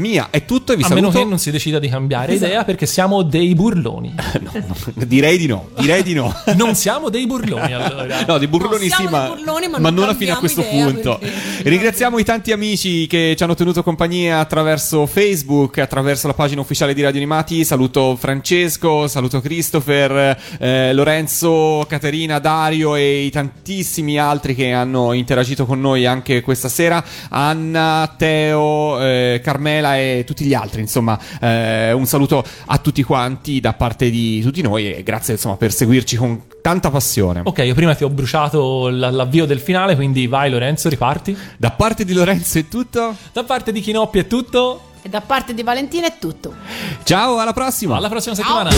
tutto e vi A saluto. meno che non si decida di cambiare Esatto. idea, perché siamo dei burloni. no, no, direi di no, direi di no. Non siamo dei burloni, allora. No, dei burloni No, sì, siamo ma, dei burloni, ma ma non non fino a cambiamo questo idea, punto. perché- Ringraziamo i tanti amici che ci hanno tenuto compagnia attraverso Facebook, attraverso la pagina ufficiale di Radio Animati. Saluto Francesco, saluto Christopher, eh, Lorenzo, Caterina, Dario e i tantissimi altri che hanno interagito con noi anche questa sera. Anna, Teo, eh, Carmela e tutti gli altri. Insomma, eh, un saluto a tutti quanti da parte di tutti noi e grazie insomma per seguirci con tanta passione. Ok, io prima ti ho bruciato l- l'avvio del finale, quindi vai Lorenzo, riparti. Da parte di Lorenzo è tutto. Da parte di Chinoppi è tutto. E da parte di Valentina è tutto. Ciao, alla prossima. Alla prossima settimana.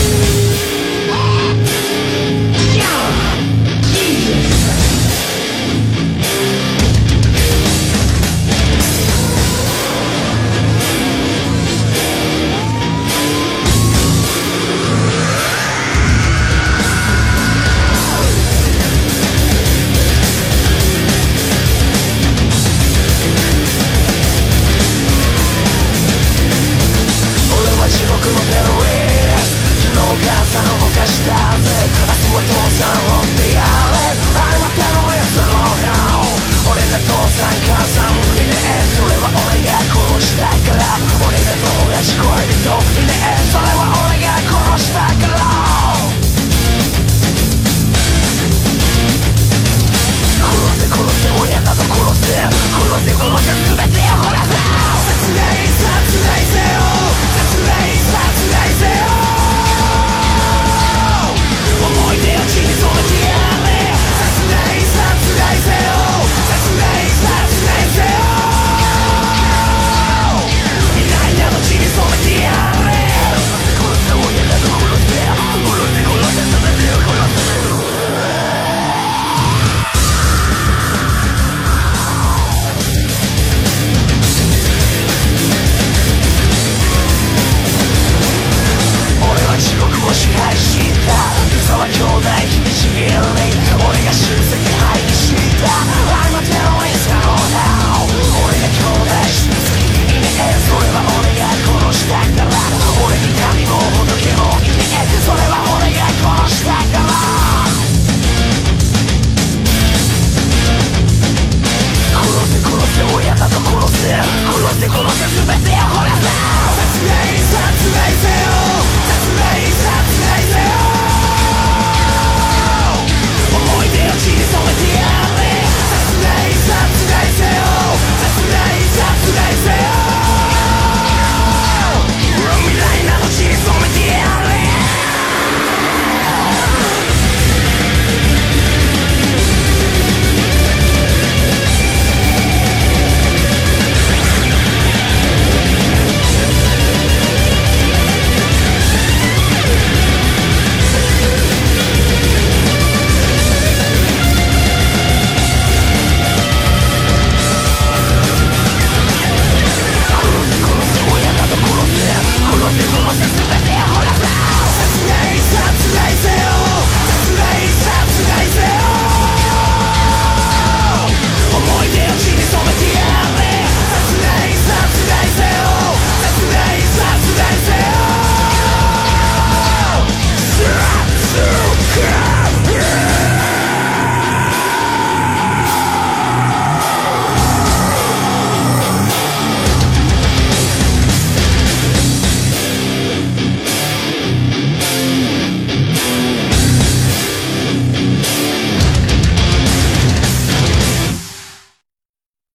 Con los